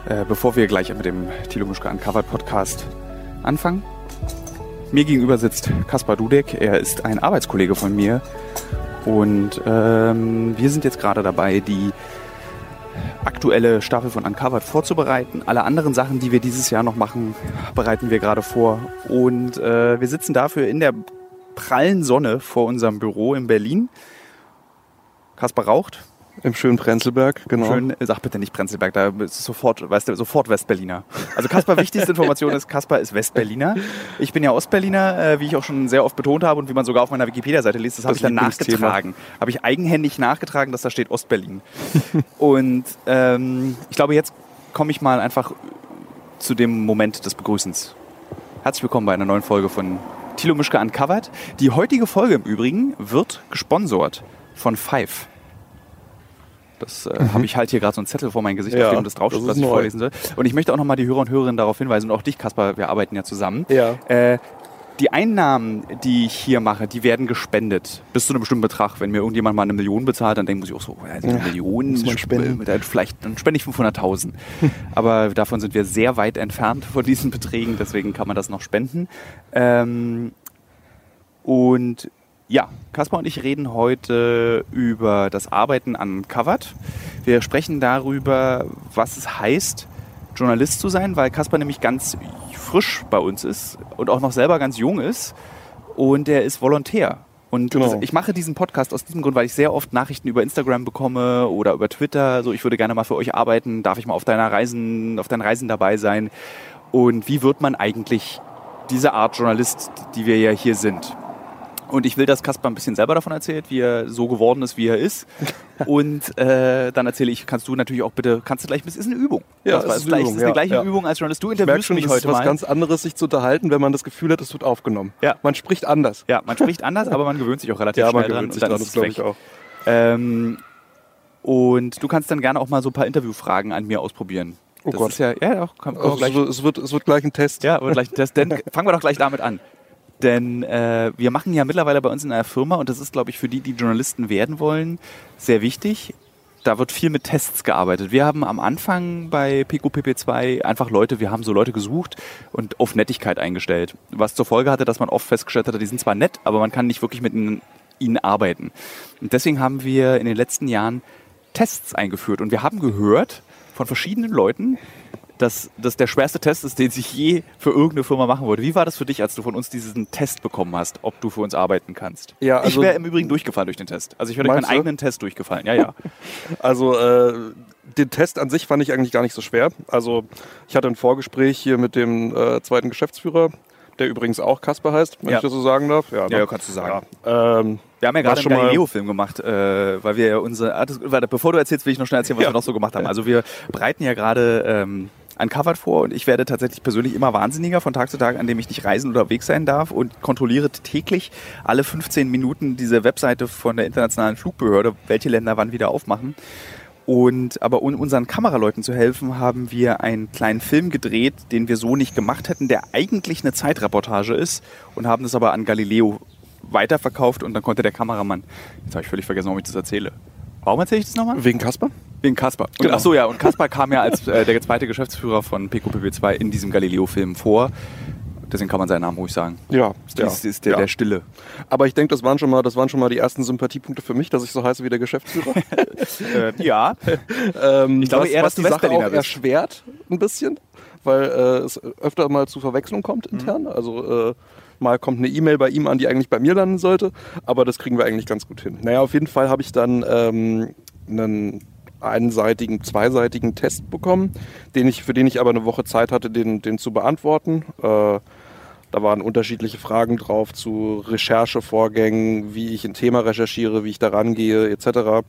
Bevor wir gleich mit dem Thilo Mischke Uncovered Podcast anfangen. Mir gegenüber sitzt Kaspar Dudek. Er ist ein Arbeitskollege von mir. Und wir sind jetzt gerade dabei, die aktuelle Staffel von Uncovered vorzubereiten. Alle anderen Sachen, die wir dieses Jahr noch machen, bereiten wir gerade vor. Und wir sitzen dafür in der prallen Sonne vor unserem Büro in Berlin. Kaspar raucht. Im schönen Prenzlberg, genau. Sag bitte nicht Prenzlberg, da ist sofort, weißt du, sofort Westberliner. Also Kaspar, wichtigste Information ist, Kaspar ist Westberliner. Ich bin ja Ostberliner, wie ich auch schon sehr oft betont habe und wie man sogar auf meiner Wikipedia-Seite liest. Das habe ich dann nachgetragen. Habe ich eigenhändig nachgetragen, dass da steht Ostberlin. Und ich glaube, jetzt komme ich mal einfach zu dem Moment des Begrüßens. Herzlich willkommen bei einer neuen Folge von Thilo Mischke Uncovered. Die heutige Folge im Übrigen wird gesponsort von Five. Das habe ich halt hier gerade so einen Zettel vor mein Gesicht, auf dem das draufsteht, was ich vorlesen soll. Und ich möchte auch nochmal die Hörer und Hörerinnen darauf hinweisen, und auch dich, Kaspar, wir arbeiten ja zusammen. Ja. Die Einnahmen, die ich hier mache, die werden gespendet. Bis zu einem bestimmten Betrag. Wenn mir irgendjemand mal 1 Million bezahlt, dann muss ich auch so, also 1 Million, muss man spenden. Vielleicht dann spende ich 500.000. Aber davon sind wir sehr weit entfernt von diesen Beträgen, deswegen kann man das noch spenden. Und ja, Kaspar und ich reden heute über das Arbeiten an Uncovered. Wir sprechen darüber, was es heißt, Journalist zu sein, weil Kaspar nämlich ganz frisch bei uns ist und auch noch selber ganz jung ist. Und er ist Volontär. Und genau. Ich mache diesen Podcast aus diesem Grund, weil ich sehr oft Nachrichten über Instagram bekomme oder über Twitter. So, ich würde gerne mal für euch arbeiten. Darf ich mal auf deinen Reisen dabei sein? Und wie wird man eigentlich diese Art Journalist, die wir ja hier sind? Und ich will, dass Kaspar ein bisschen selber davon erzählt, wie er so geworden ist, wie er ist. Und dann erzähle ich, kannst du natürlich auch bitte, ist eine Übung. Ja, das ist die gleiche Übung als Journalist. Du interviewst mich heute mal. Es ist was ganz anderes, sich zu unterhalten, wenn man das Gefühl hat, es wird aufgenommen. Ja. Man spricht anders. Ja, man spricht anders, aber man gewöhnt sich auch relativ schnell dran. Und dann ist es glaube ich auch. Und du kannst dann gerne auch mal so ein paar Interviewfragen an mir ausprobieren. Oh das Gott. Ist es wird gleich ein Test. Ja, wird gleich ein Test. Dann fangen wir doch gleich damit an. Denn wir machen ja mittlerweile bei uns in einer Firma, und das ist, glaube ich, für die Journalisten werden wollen, sehr wichtig. Da wird viel mit Tests gearbeitet. Wir haben am Anfang bei PQPP2 einfach wir haben so Leute gesucht und auf Nettigkeit eingestellt. Was zur Folge hatte, dass man oft festgestellt hatte, die sind zwar nett, aber man kann nicht wirklich mit ihnen arbeiten. Und deswegen haben wir in den letzten Jahren Tests eingeführt. Und wir haben gehört von verschiedenen Leuten, dass das der schwerste Test ist, den sich je für irgendeine Firma machen wollte. Wie war das für dich, als du von uns diesen Test bekommen hast, ob du für uns arbeiten kannst? Ja, also ich wäre im Übrigen durchgefallen durch den Test. Also ich wäre durch meinen eigenen Test durchgefallen. Ja. Also den Test an sich fand ich eigentlich gar nicht so schwer. Also ich hatte ein Vorgespräch hier mit dem zweiten Geschäftsführer, der übrigens auch Kaspar heißt, wenn ich das so sagen darf. Ja, kannst du sagen. Ja. Wir haben ja gerade einen Galileo-Film gemacht, weil wir bevor du erzählst, will ich noch schnell erzählen, was wir noch so gemacht haben. Also wir bereiten ja gerade Uncovered vor, und ich werde tatsächlich persönlich immer wahnsinniger von Tag zu Tag, an dem ich nicht reisen oder unterwegs sein darf, und kontrolliere täglich alle 15 Minuten diese Webseite von der internationalen Flugbehörde, welche Länder wann wieder aufmachen. Aber um unseren Kameraleuten zu helfen, haben wir einen kleinen Film gedreht, den wir so nicht gemacht hätten, der eigentlich eine Zeitreportage ist, und haben das aber an Galileo weiterverkauft, und dann konnte der Kameramann, jetzt habe ich völlig vergessen, warum ich das erzähle. Warum erzähle ich das nochmal? Wegen Kaspar? Wegen Kaspar. Genau. Achso, ja, und Kaspar kam ja als der zweite Geschäftsführer von PQPP2 in diesem Galileo-Film vor. Deswegen kann man seinen Namen ruhig sagen. Ja. Das ist der Stille. Aber ich denke, das waren schon mal die ersten Sympathiepunkte für mich, dass ich so heiße wie der Geschäftsführer. Ja. Ich glaube eher, dass die Sache auch erschwert ein bisschen, weil es öfter mal zu Verwechslung kommt intern. Also mal kommt eine E-Mail bei ihm an, die eigentlich bei mir landen sollte. Aber das kriegen wir eigentlich ganz gut hin. Naja, auf jeden Fall habe ich dann einen zweiseitigen Test bekommen, für den ich aber eine Woche Zeit hatte, den zu beantworten. Da waren unterschiedliche Fragen drauf zu Recherchevorgängen, wie ich ein Thema recherchiere, wie ich da rangehe, etc.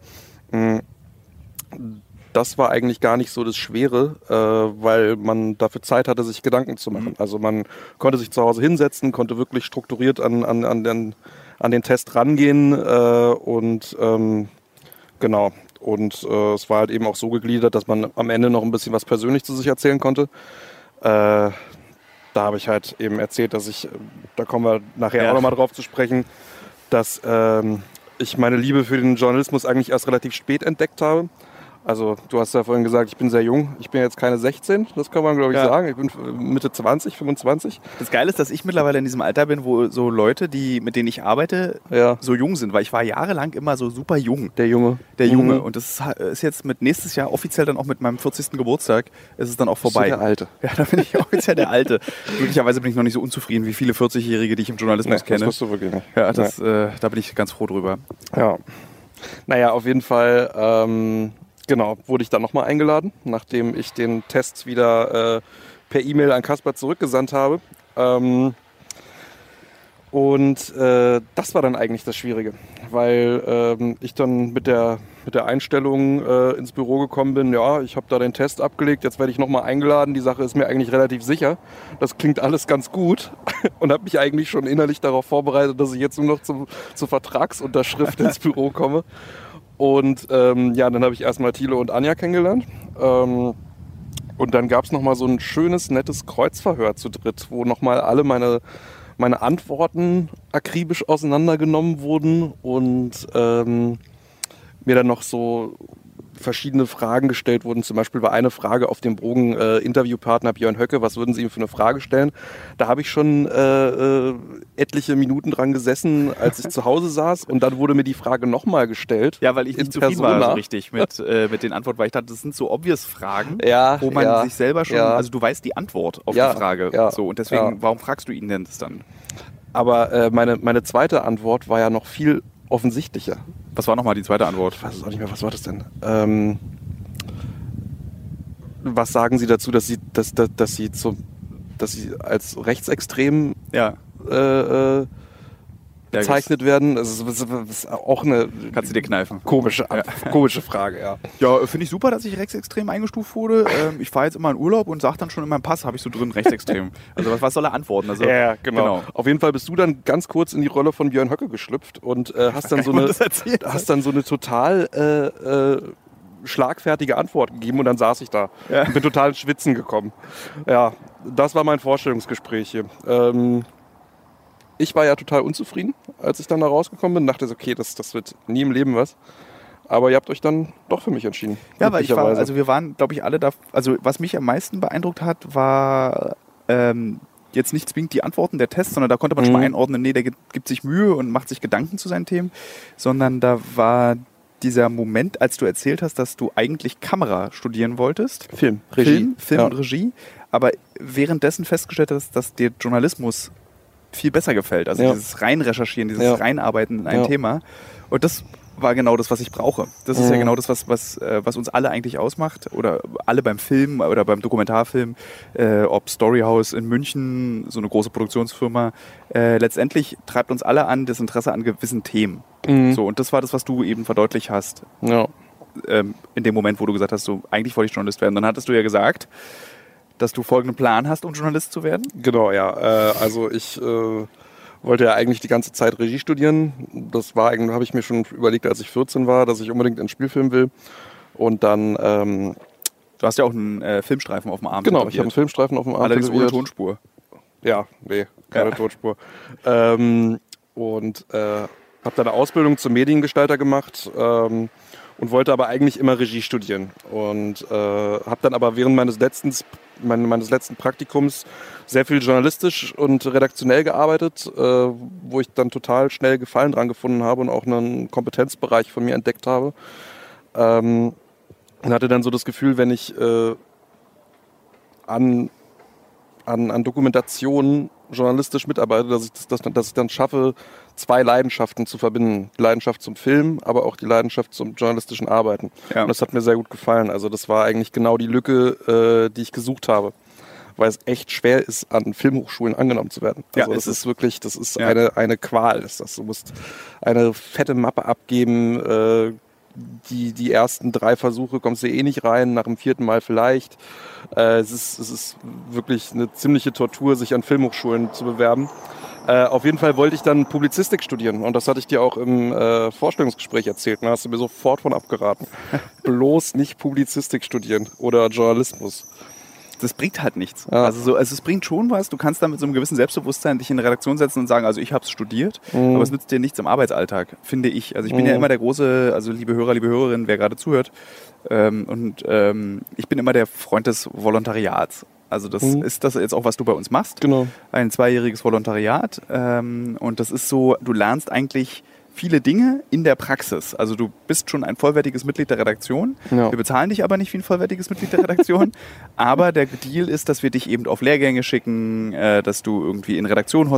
Das war eigentlich gar nicht so das Schwere, weil man dafür Zeit hatte, sich Gedanken zu machen. Also man konnte sich zu Hause hinsetzen, konnte wirklich strukturiert an den Test rangehen und genau. Und es war halt eben auch so gegliedert, dass man am Ende noch ein bisschen was persönlich zu sich erzählen konnte. Da habe ich halt eben erzählt, dass da kommen wir nachher auch nochmal drauf zu sprechen, dass ich meine Liebe für den Journalismus eigentlich erst relativ spät entdeckt habe. Also du hast ja vorhin gesagt, ich bin sehr jung. Ich bin jetzt keine 16, das kann man glaube ich sagen. Ich bin Mitte 20, 25. Das Geile ist, dass ich mittlerweile in diesem Alter bin, wo so Leute, mit denen ich arbeite, so jung sind. Weil ich war jahrelang immer so super jung. Der Junge. Und das ist jetzt mit nächstes Jahr offiziell dann auch mit meinem 40. Geburtstag ist es dann auch vorbei. Bist du der Alte? Ja, da bin ich offiziell der Alte. Glücklicherweise bin ich noch nicht so unzufrieden wie viele 40-Jährige, die ich im Journalismus kenne. Das wirst du wirklich nicht. Ja, da bin ich ganz froh drüber. Ja. Naja, auf jeden Fall... Genau, wurde ich dann nochmal eingeladen, nachdem ich den Test wieder per E-Mail an Caspar zurückgesandt habe. Das war dann eigentlich das Schwierige, weil ich dann mit der Einstellung ins Büro gekommen bin, ja, ich habe da den Test abgelegt, jetzt werde ich nochmal eingeladen, die Sache ist mir eigentlich relativ sicher, das klingt alles ganz gut und habe mich eigentlich schon innerlich darauf vorbereitet, dass ich jetzt nur noch zur Vertragsunterschrift ins Büro komme. Und dann habe ich erstmal Thilo und Anja kennengelernt. Und dann gab es nochmal so ein schönes, nettes Kreuzverhör zu dritt, wo nochmal alle meine Antworten akribisch auseinandergenommen wurden und mir dann noch so verschiedene Fragen gestellt wurden. Zum Beispiel war eine Frage auf dem Bogen Interviewpartner Björn Höcke, was würden Sie ihm für eine Frage stellen? Da habe ich schon etliche Minuten dran gesessen, als ich zu Hause saß und dann wurde mir die Frage nochmal gestellt. Ja, weil ich nicht zufrieden war so richtig mit den Antworten, weil ich dachte, das sind so obvious Fragen, wo man sich selber schon, also du weißt die Antwort auf die Frage. So, und deswegen, warum fragst du ihn denn das dann? Aber meine zweite Antwort war ja noch viel offensichtlicher. Was war nochmal die zweite Antwort? Ich weiß es auch nicht mehr, was war das denn? Was sagen Sie dazu, dass Sie als rechtsextrem bezeichnet werden? Das ist auch eine Kannst du dir kneifen. Komische Frage, ja. Ja, finde ich super, dass ich rechtsextrem eingestuft wurde. Ich fahre jetzt immer in Urlaub und sage dann schon in meinem Pass, habe ich so drin, rechtsextrem. Also was soll er antworten? Also, ja, genau. Auf jeden Fall bist du dann ganz kurz in die Rolle von Björn Höcke geschlüpft und hast dann so eine total schlagfertige Antwort gegeben und dann saß ich da und bin total ins Schwitzen gekommen. Ja, das war mein Vorstellungsgespräch hier. Ich war ja total unzufrieden, als ich dann da rausgekommen bin. Dachte so, okay, das wird nie im Leben was. Aber ihr habt euch dann doch für mich entschieden. Ja, weil wir waren, glaube ich, alle da. Also was mich am meisten beeindruckt hat, war jetzt nicht zwingend die Antworten der Tests, sondern da konnte man schon mal einordnen, nee, der gibt sich Mühe und macht sich Gedanken zu seinen Themen, sondern da war dieser Moment, als du erzählt hast, dass du eigentlich Kamera studieren wolltest. Film und Regie, aber währenddessen festgestellt hast, dass dir Journalismus viel besser gefällt. Also dieses Reinrecherchieren, dieses Reinarbeiten in ein Thema. Und das war genau das, was ich brauche. Das ist ja genau das, was uns alle eigentlich ausmacht. Oder alle beim Film oder beim Dokumentarfilm. Ob Storyhouse in München, so eine große Produktionsfirma. Letztendlich treibt uns alle an das Interesse an gewissen Themen. So, und das war das, was du eben verdeutlicht hast. Ja. In dem Moment, wo du gesagt hast, so, eigentlich wollte ich Journalist werden. Dann hattest du ja gesagt, dass du folgenden Plan hast, um Journalist zu werden? Genau, ja. Also ich wollte ja eigentlich die ganze Zeit Regie studieren. Das war eigentlich, habe ich mir schon überlegt, als ich 14 war, dass ich unbedingt einen Spielfilm will. Und dann... du hast ja auch einen Filmstreifen auf dem Arm. Genau, ich habe einen Filmstreifen auf dem Arm. Allerdings ohne Tonspur. Ja, nee, keine Tonspur. Und habe dann eine Ausbildung zum Mediengestalter gemacht und wollte aber eigentlich immer Regie studieren. Und habe dann aber während meines letzten Praktikums sehr viel journalistisch und redaktionell gearbeitet, wo ich dann total schnell Gefallen dran gefunden habe und auch einen Kompetenzbereich von mir entdeckt habe. Und hatte dann so das Gefühl, wenn ich an Dokumentationen journalistisch mitarbeite, dass ich dann schaffe, zwei Leidenschaften zu verbinden. Die Leidenschaft zum Film, aber auch die Leidenschaft zum journalistischen Arbeiten. Ja. Und das hat mir sehr gut gefallen. Also das war eigentlich genau die Lücke, die ich gesucht habe. Weil es echt schwer ist, an Filmhochschulen angenommen zu werden. Also das ist wirklich, das ist eine Qual. Du musst eine fette Mappe abgeben, die ersten 3 Versuche kommst du nicht rein, nach dem 4. Mal vielleicht. Es ist wirklich eine ziemliche Tortur, sich an Filmhochschulen zu bewerben. Auf jeden Fall wollte ich dann Publizistik studieren und das hatte ich dir auch im Vorstellungsgespräch erzählt. Da hast du mir sofort von abgeraten. Bloß nicht Publizistik studieren oder Journalismus. das bringt halt nichts. Ja. Also es bringt schon was. Du kannst da mit so einem gewissen Selbstbewusstsein dich in eine Redaktion setzen und sagen, also ich habe es studiert, aber es nützt dir nichts im Arbeitsalltag, finde ich. Also ich bin ja immer der große, also liebe Hörer, liebe Hörerinnen, wer gerade zuhört, ich bin immer der Freund des Volontariats. Also das ist das jetzt auch, was du bei uns machst. Genau. Ein 2-jähriges Volontariat. Und das ist so, du lernst eigentlich viele Dinge in der Praxis. Also du bist schon ein vollwertiges Mitglied der Redaktion. Ja. Wir bezahlen dich aber nicht wie ein vollwertiges Mitglied der Redaktion. Aber der Deal ist, dass wir dich eben auf Lehrgänge schicken, dass du irgendwie in Redaktion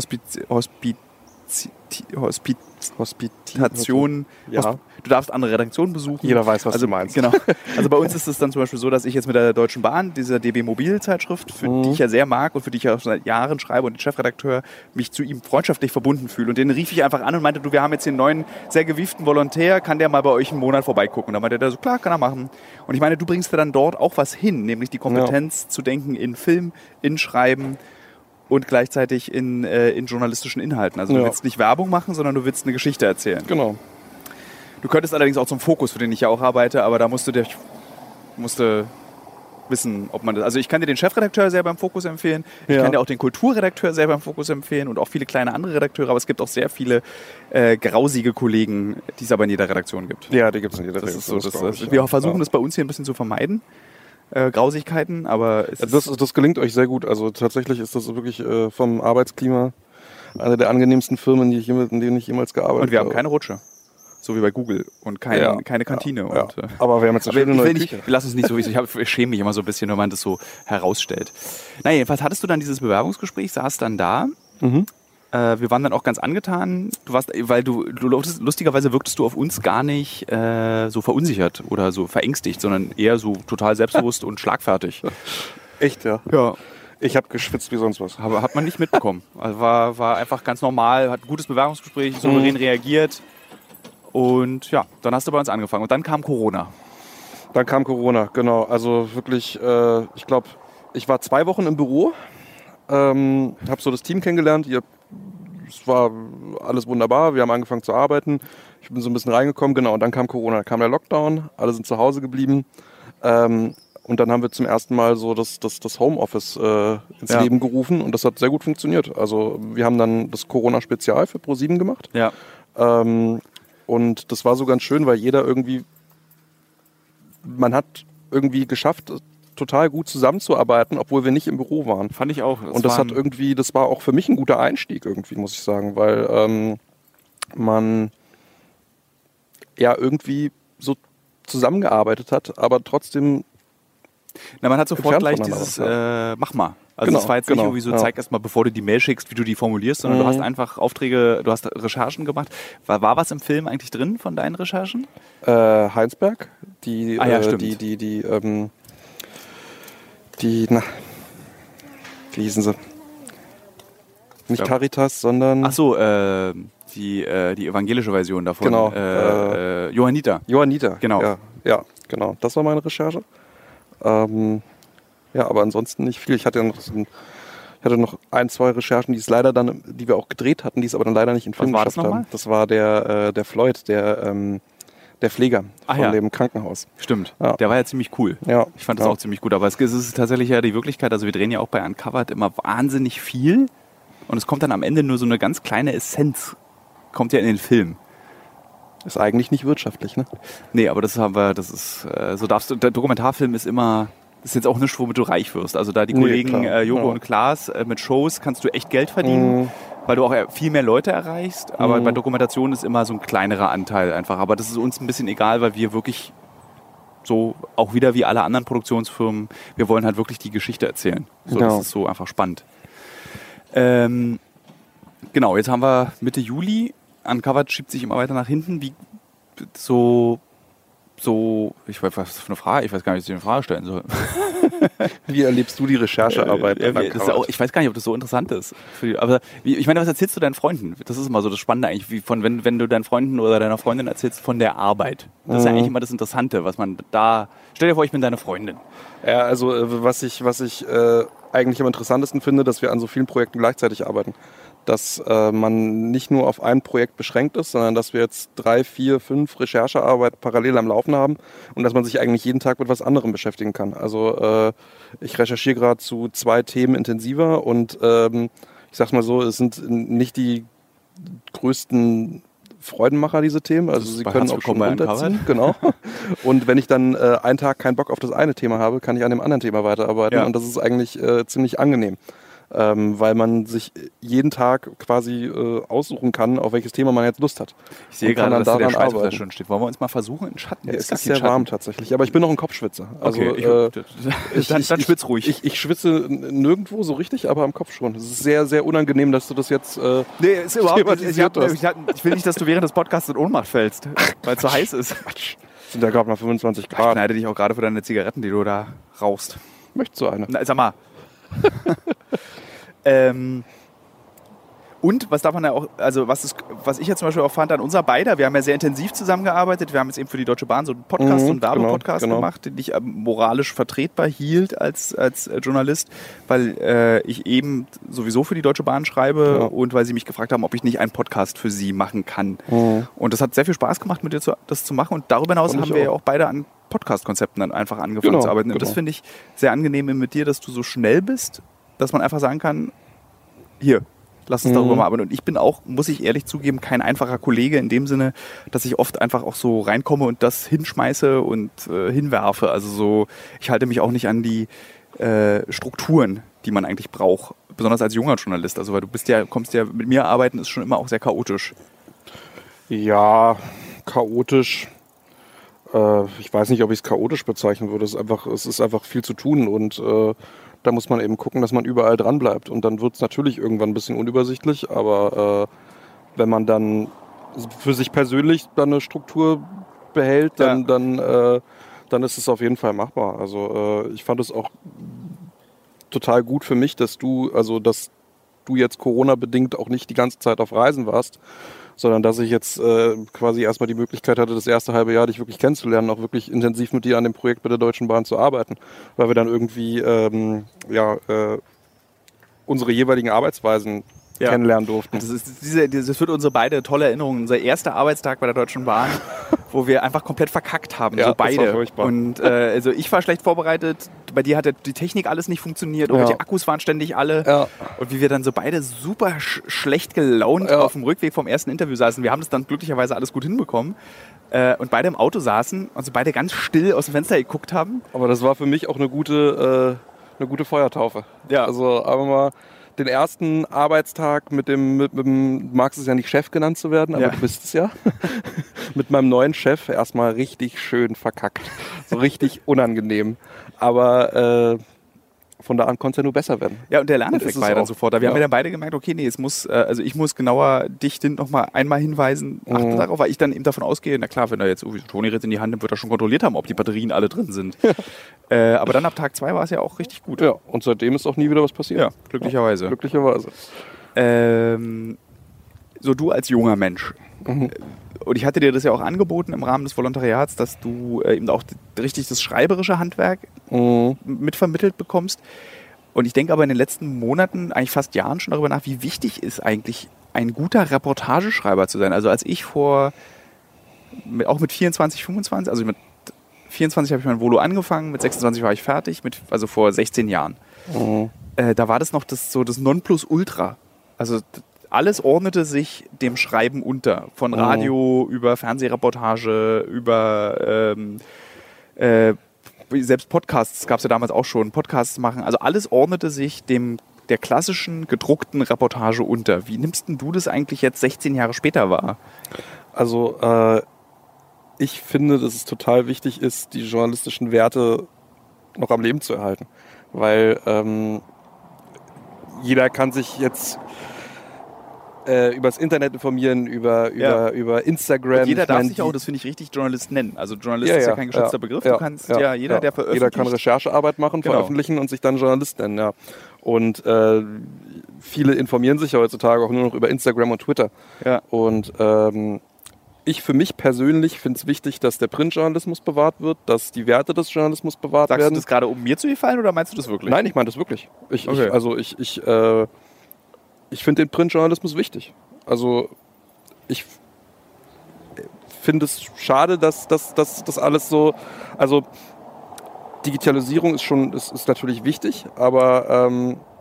Hospitation. Ja. Du darfst andere Redaktionen besuchen. Jeder weiß, was du meinst. Genau. Also bei uns ist es dann zum Beispiel so, dass ich jetzt mit der Deutschen Bahn, dieser DB Mobil-Zeitschrift, für die ich ja sehr mag und für die ich ja auch seit Jahren schreibe und den Chefredakteur, mich zu ihm freundschaftlich verbunden fühle. Und den rief ich einfach an und meinte, du, wir haben jetzt den neuen, sehr gewieften Volontär, kann der mal bei euch einen Monat vorbeigucken? Und dann meinte der so, klar, kann er machen. Und ich meine, du bringst dir dann dort auch was hin, nämlich die Kompetenz zu denken in Film, in Schreiben, und gleichzeitig in journalistischen Inhalten. Also du willst nicht Werbung machen, sondern du willst eine Geschichte erzählen. Genau. Du könntest allerdings auch zum Fokus, für den ich ja auch arbeite, aber da musst du wissen, ob man das... Also ich kann dir den Chefredakteur sehr beim Fokus empfehlen, ich kann dir auch den Kulturredakteur sehr beim Fokus empfehlen und auch viele kleine andere Redakteure, aber es gibt auch sehr viele grausige Kollegen, die es aber in jeder Redaktion gibt. Ja, die gibt es in jeder Redaktion. Wir versuchen das bei uns hier ein bisschen zu vermeiden. Grausigkeiten, aber das gelingt euch sehr gut. Also tatsächlich ist das wirklich vom Arbeitsklima eine der angenehmsten Firmen, in denen ich jemals gearbeitet habe. Und wir haben keine Rutsche, so wie bei Google und keine Kantine. Ja. Und, aber wir haben jetzt eine schöne neue Küche. Wir lassen uns nicht so, ich schäme mich immer so ein bisschen, wenn man das so herausstellt. Na jedenfalls hattest du dann dieses Bewerbungsgespräch, saßt dann da. Wir waren dann auch ganz angetan. Weil du lustigerweise wirktest du auf uns gar nicht so verunsichert oder so verängstigt, sondern eher so total selbstbewusst und schlagfertig. Echt, ja? Ja. Ich habe geschwitzt wie sonst was. Aber hat man nicht mitbekommen. Also war einfach ganz normal, hat ein gutes Bewerbungsgespräch, souverän reagiert. Und ja, dann hast du bei uns angefangen. Und dann kam Corona. Dann kam Corona, genau. Also wirklich, ich glaube, ich war 2 Wochen im Büro, habe so das Team kennengelernt. Es war alles wunderbar, wir haben angefangen zu arbeiten. Ich bin so ein bisschen reingekommen, genau. Und dann kam Corona, dann kam der Lockdown, alle sind zu Hause geblieben. Und dann haben wir zum ersten Mal so das Homeoffice ins Leben gerufen und das hat sehr gut funktioniert. Also wir haben dann das Corona-Spezial für Pro7 gemacht. Ja. Und das war so ganz schön, weil man hat irgendwie geschafft, total gut zusammenzuarbeiten, obwohl wir nicht im Büro waren. Fand ich auch. Und das war auch für mich ein guter Einstieg irgendwie, muss ich sagen, weil man ja irgendwie so zusammengearbeitet hat, aber trotzdem... Na, man hat sofort gleich dieses mach mal. Also das war jetzt nicht irgendwie so, zeig erst mal, bevor du die Mail schickst, wie du die formulierst, sondern du hast einfach Aufträge, du hast Recherchen gemacht. War was im Film eigentlich drin von deinen Recherchen? Heinsberg, wie hießen sie? Nicht Caritas, sondern... Ach so, die evangelische Version davon. Genau. Johanniter. Johanniter, genau. Ja, genau. Das war meine Recherche. Aber ansonsten nicht viel. Ich hatte noch 1, 2 Recherchen, die wir auch gedreht hatten, die es aber dann leider nicht in Film geschafft haben. Das war der Floyd, der Pfleger von dem Krankenhaus. Stimmt, der war ja ziemlich cool. Ja. Ich fand das auch ziemlich gut, aber es ist tatsächlich ja die Wirklichkeit, also wir drehen ja auch bei Uncovered immer wahnsinnig viel und es kommt dann am Ende nur so eine ganz kleine Essenz, kommt ja in den Film. Ist eigentlich nicht wirtschaftlich, ne? Nee, aber der Dokumentarfilm ist jetzt auch nichts, womit du reich wirst. Also da die Kollegen Joko und Klaas mit Shows kannst du echt Geld verdienen, weil du auch viel mehr Leute erreichst. Aber bei Dokumentation ist immer so ein kleinerer Anteil einfach. Aber das ist uns ein bisschen egal, weil wir wirklich so, auch wieder wie alle anderen Produktionsfirmen, wir wollen halt wirklich die Geschichte erzählen. So, das ist so einfach spannend. Genau, jetzt haben wir Mitte Juli. Uncovered schiebt sich immer weiter nach hinten. Ich weiß gar nicht, ob ich dir eine Frage stellen soll. Wie erlebst du die Recherchearbeit? Ich weiß gar nicht, ob das so interessant ist. Aber ich meine, was erzählst du deinen Freunden? Das ist immer so das Spannende eigentlich, wenn du deinen Freunden oder deiner Freundin erzählst von der Arbeit. Das ist ja eigentlich immer das Interessante, was man da... Stell dir vor, ich bin deine Freundin. Ja, also was ich eigentlich am interessantesten finde, dass wir an so vielen Projekten gleichzeitig arbeiten. dass man nicht nur auf ein Projekt beschränkt ist, sondern dass wir jetzt 3, 4, 5 Recherchearbeit parallel am Laufen haben und dass man sich eigentlich jeden Tag mit was anderem beschäftigen kann. Also ich recherchiere gerade zu 2 Themen intensiver und ich sag's mal so, es sind nicht die größten Freudenmacher, diese Themen. Also sie können auch schon runterziehen. Genau. Und wenn ich dann einen Tag keinen Bock auf das eine Thema habe, kann ich an dem anderen Thema weiterarbeiten. Ja. Und das ist eigentlich ziemlich angenehm. Weil man sich jeden Tag quasi aussuchen kann, auf welches Thema man jetzt Lust hat. Ich sehe gerade, dass der Schweißer schon steht. Wollen wir uns mal versuchen, in Schatten? Ja, es ist sehr warm tatsächlich, aber ich bin noch ein Kopfschwitzer. Also, okay, dann schwitz ruhig. Ich schwitze nirgendwo so richtig, aber am Kopf schon. Es ist sehr, sehr unangenehm, dass du das jetzt nee, ist überhaupt nicht. Ich will nicht, dass du während des Podcasts in Ohnmacht fällst, weil es so heiß ist. Quatsch. Sind ja gerade mal 25 Grad. Ich schneide dich auch gerade für deine Zigaretten, die du da rauchst. Möchtest du eine? Na, sag mal. Und was darf man ja auch, also was ich jetzt zum Beispiel auch fand an unser beider, wir haben ja sehr intensiv zusammengearbeitet, wir haben jetzt eben für die Deutsche Bahn so einen Podcast, so einen Werbepodcast gemacht, den ich moralisch vertretbar hielt als Journalist, weil ich eben sowieso für die Deutsche Bahn schreibe und weil sie mich gefragt haben, ob ich nicht einen Podcast für sie machen kann. Und das hat sehr viel Spaß gemacht, mit dir das zu machen und darüber hinaus haben wir ja auch beide an Podcast-Konzepten dann einfach angefangen zu arbeiten. Und das finde ich sehr angenehm mit dir, dass du so schnell bist, dass man einfach sagen kann, hier, lass uns darüber mal arbeiten. Und ich bin auch, muss ich ehrlich zugeben, kein einfacher Kollege in dem Sinne, dass ich oft einfach auch so reinkomme und das hinschmeiße und hinwerfe. Also so, ich halte mich auch nicht an die Strukturen, die man eigentlich braucht, besonders als junger Journalist. Also weil du kommst ja mit mir arbeiten, ist schon immer auch sehr chaotisch. Ja, chaotisch. Ich weiß nicht, ob ich es chaotisch bezeichnen würde. Es ist einfach viel zu tun und da muss man eben gucken, dass man überall dran bleibt. Und dann wird es natürlich irgendwann ein bisschen unübersichtlich, aber wenn man dann für sich persönlich dann eine Struktur behält, dann ist es auf jeden Fall machbar. Also ich fand es auch total gut für mich, dass du jetzt Corona-bedingt auch nicht die ganze Zeit auf Reisen warst, sondern dass ich jetzt quasi erstmal die Möglichkeit hatte, das erste halbe Jahr dich wirklich kennenzulernen, auch wirklich intensiv mit dir an dem Projekt bei der Deutschen Bahn zu arbeiten, weil wir dann irgendwie unsere jeweiligen Arbeitsweisen kennenlernen durften. Das wird unsere beide tolle Erinnerungen. Unser erster Arbeitstag bei der Deutschen Bahn, wo wir einfach komplett verkackt haben, so beide. Das war furchtbar. Und also ich war schlecht vorbereitet, bei dir hat die Technik alles nicht funktioniert, die Akkus waren ständig alle. Ja. Und wie wir dann so beide super schlecht gelaunt auf dem Rückweg vom ersten Interview saßen. Wir haben das dann glücklicherweise alles gut hinbekommen. Und beide im Auto saßen und so beide ganz still aus dem Fenster geguckt haben. Aber das war für mich auch eine gute Feuertaufe. Ja. Also aber mal den ersten Arbeitstag mit dem, du magst es ja nicht Chef genannt zu werden, aber du bist es ja, mit meinem neuen Chef erstmal richtig schön verkackt. So richtig unangenehm. Aber von da an konnte es ja nur besser werden. Ja, und der Lerneffekt war ja dann sofort da. Wir haben ja dann beide gemerkt, okay, nee, ich muss genauer dich noch mal einmal hinweisen, achte darauf, weil ich dann eben davon ausgehe, na klar, wenn er jetzt irgendwie so Toni-Ritz in die Hand nimmt, wird er schon kontrolliert haben, ob die Batterien alle drin sind. Aber dann ab Tag 2 war es ja auch richtig gut. Ja, und seitdem ist auch nie wieder was passiert. Ja, glücklicherweise. Ja, glücklicherweise. So du als junger Mensch, und ich hatte dir das ja auch angeboten im Rahmen des Volontariats, dass du eben auch richtig das schreiberische Handwerk mitvermittelt bekommst. Und ich denke aber in den letzten Monaten, eigentlich fast Jahren schon darüber nach, wie wichtig ist eigentlich ein guter Reportageschreiber zu sein. Also als ich auch mit 24, 25, also mit 24 habe ich mein Volo angefangen, mit 26 war ich fertig, also vor 16 Jahren. Da war das noch das Nonplusultra. Also alles ordnete sich dem Schreiben unter. Von Radio über Fernsehreportage, über selbst Podcasts, gab es ja damals auch schon, Podcasts machen. Also alles ordnete sich der klassischen gedruckten Reportage unter. Wie nimmst denn du das eigentlich jetzt 16 Jahre später wahr? Also ich finde, dass es total wichtig ist, die journalistischen Werte noch am Leben zu erhalten. Weil jeder kann sich jetzt übers Internet informieren, über Instagram. Und jeder darf sich auch, das finde ich richtig, Journalist nennen. Also Journalist ist ja kein geschützter Begriff. Du kannst jeder, der veröffentlicht. Jeder kann Recherchearbeit machen, veröffentlichen und sich dann Journalist nennen. Ja. Und viele informieren sich ja heutzutage auch nur noch über Instagram und Twitter. Ja. Und ich für mich persönlich finde es wichtig, dass der Printjournalismus bewahrt wird, dass die Werte des Journalismus bewahrt werden. Sagst du das gerade, um mir zu gefallen, oder meinst du das wirklich? Nein, ich meine das wirklich. ich finde den Printjournalismus wichtig. Also ich finde es schade, dass das alles so, also Digitalisierung ist natürlich wichtig, aber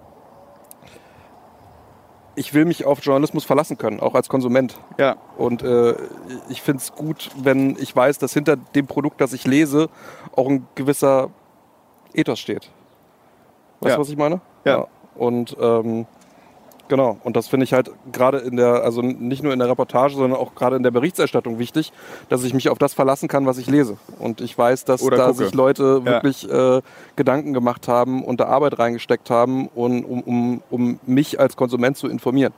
ich will mich auf Journalismus verlassen können, auch als Konsument. Ja. Und ich finde es gut, wenn ich weiß, dass hinter dem Produkt, das ich lese, auch ein gewisser Ethos steht. Weißt du, was ich meine? Ja. Und genau, und das finde ich halt gerade also nicht nur in der Reportage, sondern auch gerade in der Berichterstattung wichtig, dass ich mich auf das verlassen kann, was ich lese. Und ich weiß, dass sich Leute wirklich Gedanken gemacht haben und da Arbeit reingesteckt haben, um mich als Konsument zu informieren.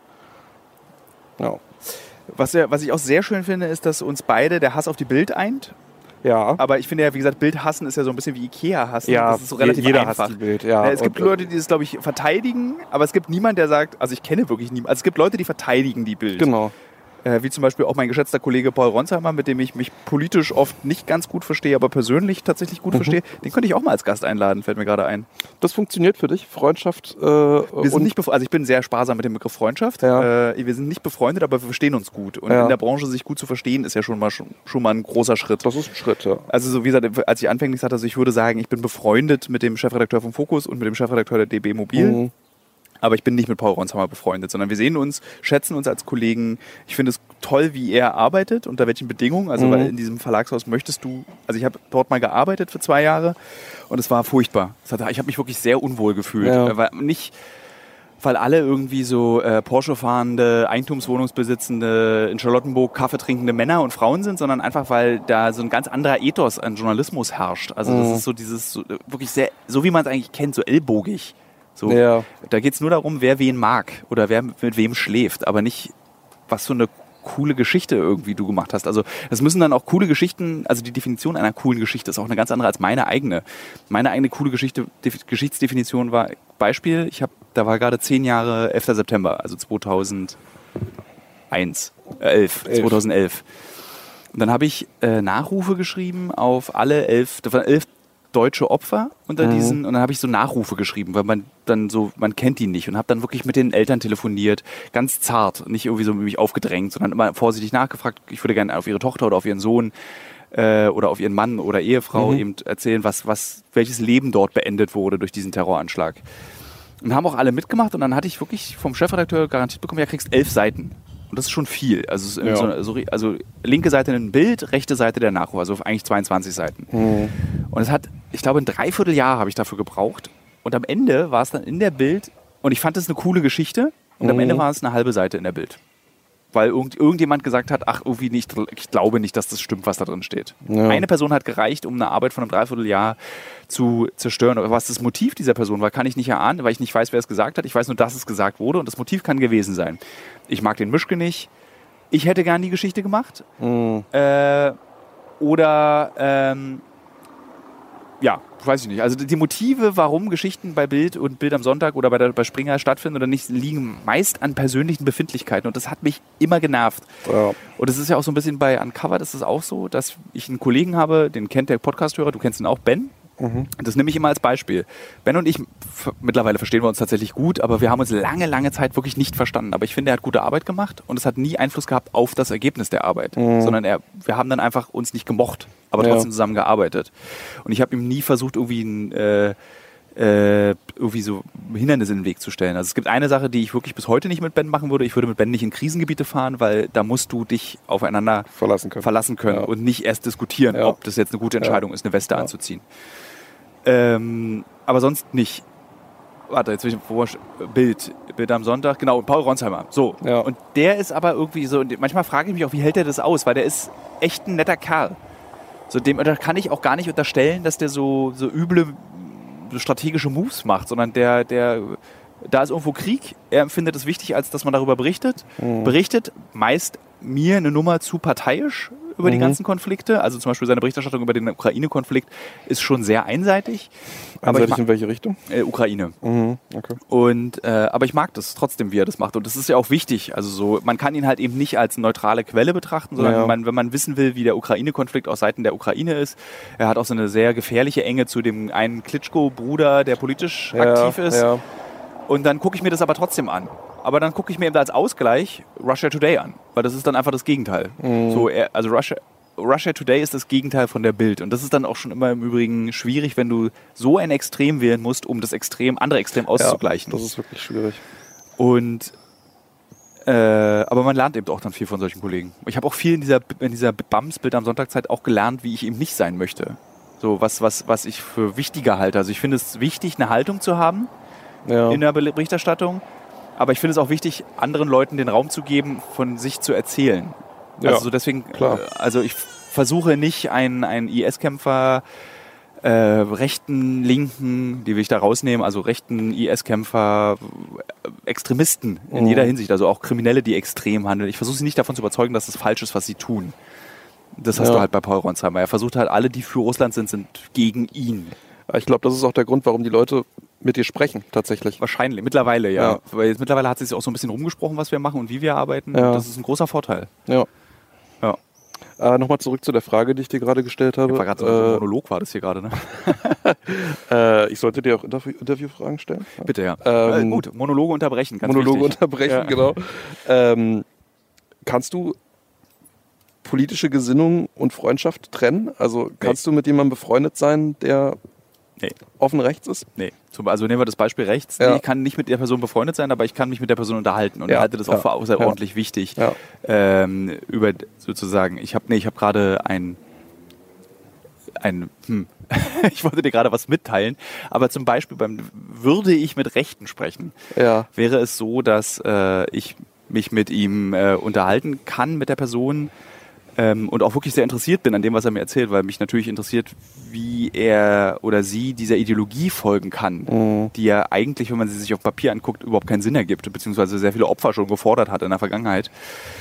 Ja. Was ich auch sehr schön finde, ist, dass uns beide der Hass auf die Bild eint. Ja. Aber ich finde ja, wie gesagt, Bild hassen ist ja so ein bisschen wie Ikea hassen. Ja, das ist so relativ jeder einfach. hasst die Bild, ja. Es gibt Leute, die das, glaube ich, verteidigen, aber es gibt niemanden, der sagt, also ich kenne wirklich niemanden, also es gibt Leute, die verteidigen die Bild. Genau. Wie zum Beispiel auch mein geschätzter Kollege Paul Ronsheimer, mit dem ich mich politisch oft nicht ganz gut verstehe, aber persönlich tatsächlich gut verstehe. Den könnte ich auch mal als Gast einladen, fällt mir gerade ein. Das funktioniert für dich? Freundschaft? Wir sind nicht also ich bin sehr sparsam mit dem Begriff Freundschaft. Ja. Wir sind nicht befreundet, aber wir verstehen uns gut. Und in der Branche sich gut zu verstehen, ist ja schon mal ein großer Schritt. Das ist ein Schritt, ja. Also so wie gesagt, als ich anfänglich sagte, also ich würde sagen, ich bin befreundet mit dem Chefredakteur vom Focus und mit dem Chefredakteur der DB Mobil. Mhm. Aber ich bin nicht mit Paul Ronsheimer befreundet, sondern wir sehen uns, schätzen uns als Kollegen. Ich finde es toll, wie er arbeitet, unter welchen Bedingungen. Also weil in diesem Verlagshaus also ich habe dort mal gearbeitet für 2 Jahre und es war furchtbar. Ich habe mich wirklich sehr unwohl gefühlt. Ja. Weil alle irgendwie so Porsche fahrende, Eigentumswohnungsbesitzende, in Charlottenburg Kaffee trinkende Männer und Frauen sind, sondern einfach, weil da so ein ganz anderer Ethos an Journalismus herrscht. Also das ist so dieses, wirklich sehr, so wie man es eigentlich kennt, so ellbogig. So, da geht es nur darum, wer wen mag oder wer mit wem schläft, aber nicht, was für eine coole Geschichte irgendwie du gemacht hast. Also das müssen dann auch coole Geschichten, also die Definition einer coolen Geschichte ist auch eine ganz andere als meine eigene. Meine eigene coole Geschichtsdefinition war, Beispiel, da war gerade 10 Jahre 11. September, also 2011. Und dann habe ich Nachrufe geschrieben auf alle 11 deutsche Opfer unter diesen, und dann habe ich so Nachrufe geschrieben, weil man kennt die nicht, und habe dann wirklich mit den Eltern telefoniert, ganz zart, nicht irgendwie so mich aufgedrängt, sondern immer vorsichtig nachgefragt, ich würde gerne auf ihre Tochter oder auf ihren Sohn oder auf ihren Mann oder Ehefrau eben erzählen, welches Leben dort beendet wurde durch diesen Terroranschlag. Und haben auch alle mitgemacht, und dann hatte ich wirklich vom Chefredakteur garantiert bekommen, ja, kriegst 11 Seiten. Und das ist schon viel. Also, also linke Seite ein Bild, rechte Seite der Nachruf, also eigentlich 22 Seiten. Und es hat, ich glaube, ein Dreivierteljahr habe ich dafür gebraucht. Und am Ende war es dann in der Bild, und ich fand das eine coole Geschichte, und am Ende war es eine halbe Seite in der Bild. Weil irgendjemand gesagt hat, ach, irgendwie nicht, ich glaube nicht, dass das stimmt, was da drin steht. Ja. Eine Person hat gereicht, um eine Arbeit von einem Dreivierteljahr zu zerstören. Was das Motiv dieser Person war, kann ich nicht erahnen, weil ich nicht weiß, wer es gesagt hat. Ich weiß nur, dass es gesagt wurde, und das Motiv kann gewesen sein. Ich mag den Mischke nicht. Ich hätte gern die Geschichte gemacht. Ja, weiß ich nicht. Also die Motive, warum Geschichten bei Bild und Bild am Sonntag oder bei Springer stattfinden oder nicht, liegen meist an persönlichen Befindlichkeiten, und das hat mich immer genervt. Ja. Und es ist ja auch so ein bisschen bei Uncovered, ist es auch so, dass ich einen Kollegen habe, den kennt der Podcast-Hörer, du kennst ihn auch, Ben. Das nehme ich immer als Beispiel. Ben und ich, mittlerweile verstehen wir uns tatsächlich gut, aber wir haben uns lange Zeit wirklich nicht verstanden. Aber ich finde, er hat gute Arbeit gemacht, und es hat nie Einfluss gehabt auf das Ergebnis der Arbeit, sondern wir haben dann einfach uns nicht gemocht, aber trotzdem zusammen gearbeitet. Und ich habe ihm nie versucht, irgendwie so Hindernisse in den Weg zu stellen. Also es gibt eine Sache, die ich wirklich bis heute nicht mit Ben machen würde. Ich würde mit Ben nicht in Krisengebiete fahren, weil da musst du dich aufeinander verlassen können und nicht erst diskutieren, ob das jetzt eine gute Entscheidung ist, eine Weste anzuziehen. Aber sonst nicht. Warte, jetzt bin ich Bild am Sonntag, genau, Paul Ronsheimer. So. Ja. Und der ist aber irgendwie so, manchmal frage ich mich auch, wie hält der das aus, weil der ist echt ein netter Kerl. So, da kann ich auch gar nicht unterstellen, dass der so üble strategische Moves macht, sondern da ist irgendwo Krieg. Er empfindet es wichtig, als dass man darüber berichtet. Berichtet meist mir eine Nummer zu parteiisch über die ganzen Konflikte. Also zum Beispiel seine Berichterstattung über den Ukraine-Konflikt ist schon sehr einseitig. Einseitig in welche Richtung? Ukraine. Okay. Und, aber ich mag das trotzdem, wie er das macht. Und das ist ja auch wichtig. Also so, man kann ihn halt eben nicht als neutrale Quelle betrachten, sondern wenn man wissen will, wie der Ukraine-Konflikt aus Seiten der Ukraine ist. Er hat auch so eine sehr gefährliche Enge zu dem einen Klitschko-Bruder, der politisch aktiv ist. Ja. Und dann gucke ich mir das aber trotzdem an. aber dann gucke ich mir eben als Ausgleich Russia Today an, weil das ist dann einfach das Gegenteil. Also Russia Today ist das Gegenteil von der Bild. Und das ist dann auch schon immer im Übrigen schwierig, wenn du so ein Extrem wählen musst, um das andere Extrem auszugleichen. Ja, das ist wirklich schwierig. Und aber man lernt eben auch dann viel von solchen Kollegen. Ich habe auch viel in dieser BAMS-Bild am Sonntagszeit auch gelernt, wie ich eben nicht sein möchte. So was ich für wichtiger halte. Also ich finde es wichtig, eine Haltung zu haben in der Berichterstattung. Aber ich finde es auch wichtig, anderen Leuten den Raum zu geben, von sich zu erzählen. Also so deswegen, also ich versuche nicht einen IS-Kämpfer, rechten, linken, die will ich da rausnehmen, also rechten IS-Kämpfer, Extremisten in jeder Hinsicht, also auch Kriminelle, die extrem handeln. Ich versuche sie nicht davon zu überzeugen, dass es falsch ist, was sie tun. Das hast du halt bei Paul Ronsheimer. Er versucht halt, alle, die für Russland sind gegen ihn. Ich glaube, das ist auch der Grund, warum die Leute mit dir sprechen, tatsächlich. Mittlerweile, ja. Weil jetzt mittlerweile hat sich auch so ein bisschen rumgesprochen, was wir machen und wie wir arbeiten. Ja. Und das ist ein großer Vorteil. Ja. Nochmal zurück zu der Frage, die ich dir gerade gestellt habe. War gerade so ein Monolog, war das hier gerade, ne? Ich sollte dir auch Interviewfragen stellen. Bitte, ja. Gut, Monologe unterbrechen, ganz Monologe wichtig. Unterbrechen, genau. Kannst du politische Gesinnung und Freundschaft trennen? Also kannst du mit jemandem befreundet sein, der offen rechts ist? Nee. Also nehmen wir das Beispiel rechts. Nee, ich kann nicht mit der Person befreundet sein, aber ich kann mich mit der Person unterhalten. Und ich halte das auch für außerordentlich wichtig. Ja. Über sozusagen, ich habe gerade ich wollte dir gerade was mitteilen, aber zum Beispiel würde ich mit Rechten sprechen, wäre es so, dass ich mich mit ihm unterhalten kann, mit der Person, und auch wirklich sehr interessiert bin an dem, was er mir erzählt, weil mich natürlich interessiert, wie er oder sie dieser Ideologie folgen kann, die ja eigentlich, wenn man sie sich auf Papier anguckt, überhaupt keinen Sinn ergibt, beziehungsweise sehr viele Opfer schon gefordert hat in der Vergangenheit.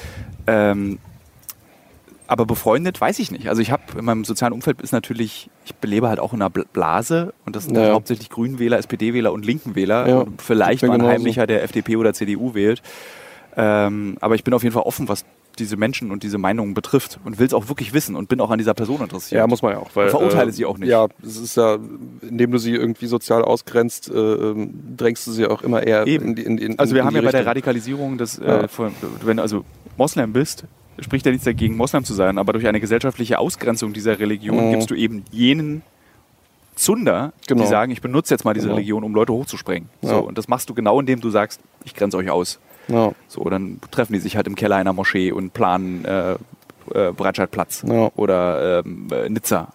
Aber befreundet weiß ich nicht. Also ich habe in meinem sozialen Umfeld ich lebe halt auch in einer Blase und das sind hauptsächlich Grünenwähler, SPD-Wähler und Linkenwähler und vielleicht mal ein Heimlicher, der FDP oder CDU wählt. Aber ich bin auf jeden Fall offen, was diese Menschen und diese Meinungen betrifft und will es auch wirklich wissen und bin auch an dieser Person interessiert. Ja, muss man ja auch. Weil, und verurteile sie auch nicht. Ja, es ist ja, indem du sie irgendwie sozial ausgrenzt, drängst du sie auch immer eher in Also wir haben ja bei der Radikalisierung, wenn du also Moslem bist, spricht ja nichts dagegen, Moslem zu sein, aber durch eine gesellschaftliche Ausgrenzung dieser Religion gibst du eben jenen Zunder, die sagen, ich benutze jetzt mal diese Religion, um Leute hochzusprengen. So, und das machst du genau, indem du sagst, ich grenze euch aus. Ja. So, dann treffen die sich halt im Keller einer Moschee und planen Breitscheidplatz oder Nizza.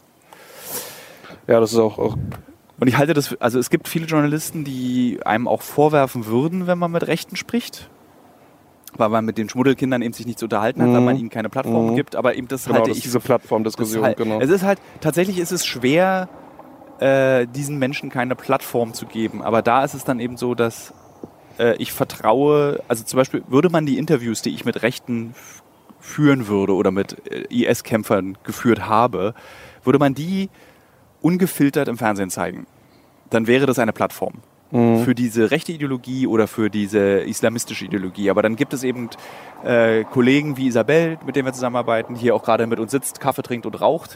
Ja, das ist auch. Und ich halte das, also es gibt viele Journalisten, die einem auch vorwerfen würden, wenn man mit Rechten spricht, weil man mit den Schmuddelkindern eben sich nicht zu unterhalten hat, weil man ihnen keine Plattform gibt, aber eben das halte ich. Diese Plattformdiskussion, Es ist halt, tatsächlich ist es schwer, diesen Menschen keine Plattform zu geben, aber da ist es dann eben so, dass ich vertraue, also zum Beispiel würde man die Interviews, die ich mit Rechten führen würde oder mit IS-Kämpfern geführt habe, würde man die ungefiltert im Fernsehen zeigen, dann wäre das eine Plattform für diese rechte Ideologie oder für diese islamistische Ideologie. Aber dann gibt es eben Kollegen wie Isabel, mit denen wir zusammenarbeiten, hier auch gerade mit uns sitzt, Kaffee trinkt und raucht.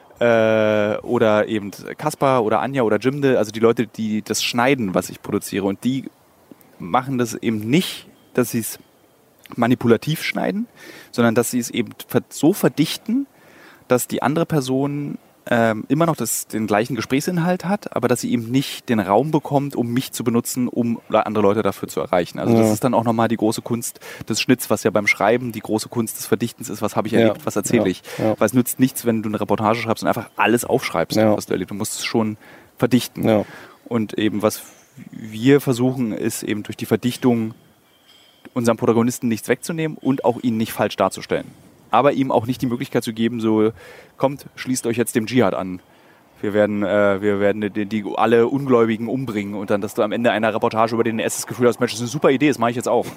Oder eben Kaspar oder Anja oder Jimde, also die Leute, die das schneiden, was ich produziere. Und die machen das eben nicht, dass sie es manipulativ schneiden, sondern dass sie es eben so verdichten, dass die andere Person immer noch den gleichen Gesprächsinhalt hat, aber dass sie eben nicht den Raum bekommt, um mich zu benutzen, um andere Leute dafür zu erreichen. Also das ist dann auch nochmal die große Kunst des Schnitts, was ja beim Schreiben die große Kunst des Verdichtens ist, was habe ich erlebt, was erzähle ich. Weil es nützt nichts, wenn du eine Reportage schreibst und einfach alles aufschreibst, was du erlebt. Du musst es schon verdichten. Ja. Und eben was wir versuchen, ist eben durch die Verdichtung unserem Protagonisten nichts wegzunehmen und auch ihn nicht falsch darzustellen. Aber ihm auch nicht die Möglichkeit zu geben, so, kommt, schließt euch jetzt dem Dschihad an. Wir werden alle Ungläubigen umbringen und dann, dass du am Ende einer Reportage über den IS das Gefühl hast, Mensch, das ist eine super Idee, das mache ich jetzt auch.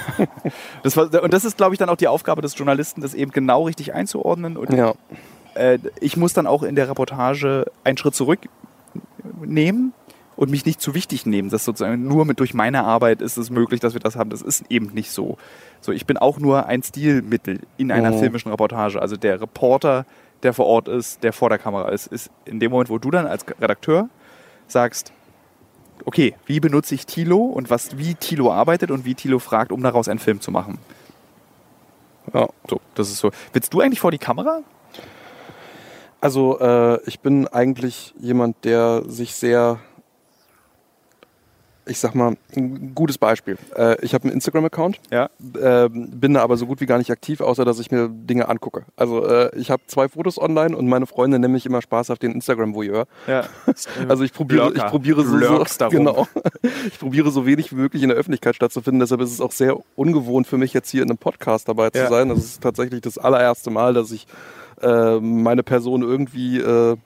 Und das ist, glaube ich, dann auch die Aufgabe des Journalisten, das eben genau richtig einzuordnen. Und ich muss dann auch in der Reportage einen Schritt zurücknehmen und mich nicht zu wichtig nehmen, dass sozusagen nur durch meine Arbeit ist es möglich, dass wir das haben. Das ist eben nicht so. So, ich bin auch nur ein Stilmittel in einer filmischen Reportage. Also der Reporter, der vor Ort ist, der vor der Kamera ist in dem Moment, wo du dann als Redakteur sagst, okay, wie benutze ich Thilo und wie Thilo arbeitet und wie Thilo fragt, um daraus einen Film zu machen. Ja, so, das ist so. Willst du eigentlich vor die Kamera? Also ich bin eigentlich jemand, der sich sehr, ich sag mal, ein gutes Beispiel. Ich habe einen Instagram-Account, bin da aber so gut wie gar nicht aktiv, außer dass ich mir Dinge angucke. Also ich habe 2 Fotos online und meine Freunde nennen mich immer spaßhaft den Instagram-Voyeur. Ja. Also ich probiere so wenig wie möglich in der Öffentlichkeit stattzufinden. Deshalb ist es auch sehr ungewohnt für mich, jetzt hier in einem Podcast dabei zu sein. Das ist tatsächlich das allererste Mal, dass ich meine Person irgendwie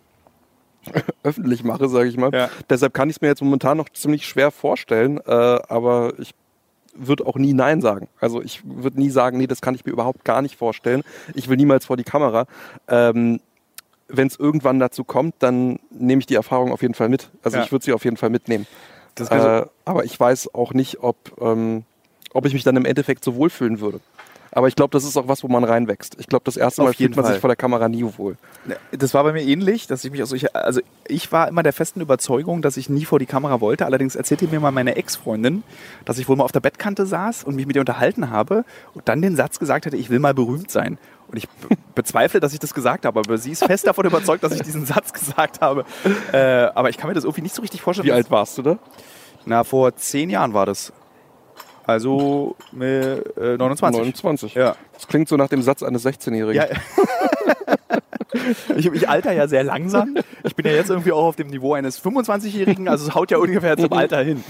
öffentlich mache, sage ich mal. Ja. Deshalb kann ich es mir jetzt momentan noch ziemlich schwer vorstellen, aber ich würde auch nie Nein sagen. Also ich würde nie sagen, nee, das kann ich mir überhaupt gar nicht vorstellen. Ich will niemals vor die Kamera. Wenn es irgendwann dazu kommt, dann nehme ich die Erfahrung auf jeden Fall mit. Also ich würde sie auf jeden Fall mitnehmen. Aber ich weiß auch nicht, ob ich mich dann im Endeffekt so wohlfühlen würde. Aber ich glaube, das ist auch was, wo man reinwächst. Ich glaube, das erste Mal fühlt man sich vor der Kamera nie wohl. Das war bei mir ähnlich, dass ich mich ich war immer der festen Überzeugung, dass ich nie vor die Kamera wollte. Allerdings erzählte mir mal meine Ex-Freundin, dass ich wohl mal auf der Bettkante saß und mich mit ihr unterhalten habe und dann den Satz gesagt hätte, ich will mal berühmt sein. Und ich bezweifle, dass ich das gesagt habe, aber sie ist fest davon überzeugt, dass ich diesen Satz gesagt habe. Aber ich kann mir das irgendwie nicht so richtig vorstellen. Wie alt warst du da? Na, vor 10 Jahren war das. Also 29. 29. Ja. Das klingt so nach dem Satz eines 16-Jährigen. Ja. Ich alter ja sehr langsam. Ich bin ja jetzt irgendwie auch auf dem Niveau eines 25-Jährigen, also es haut ja ungefähr zum Alter hin.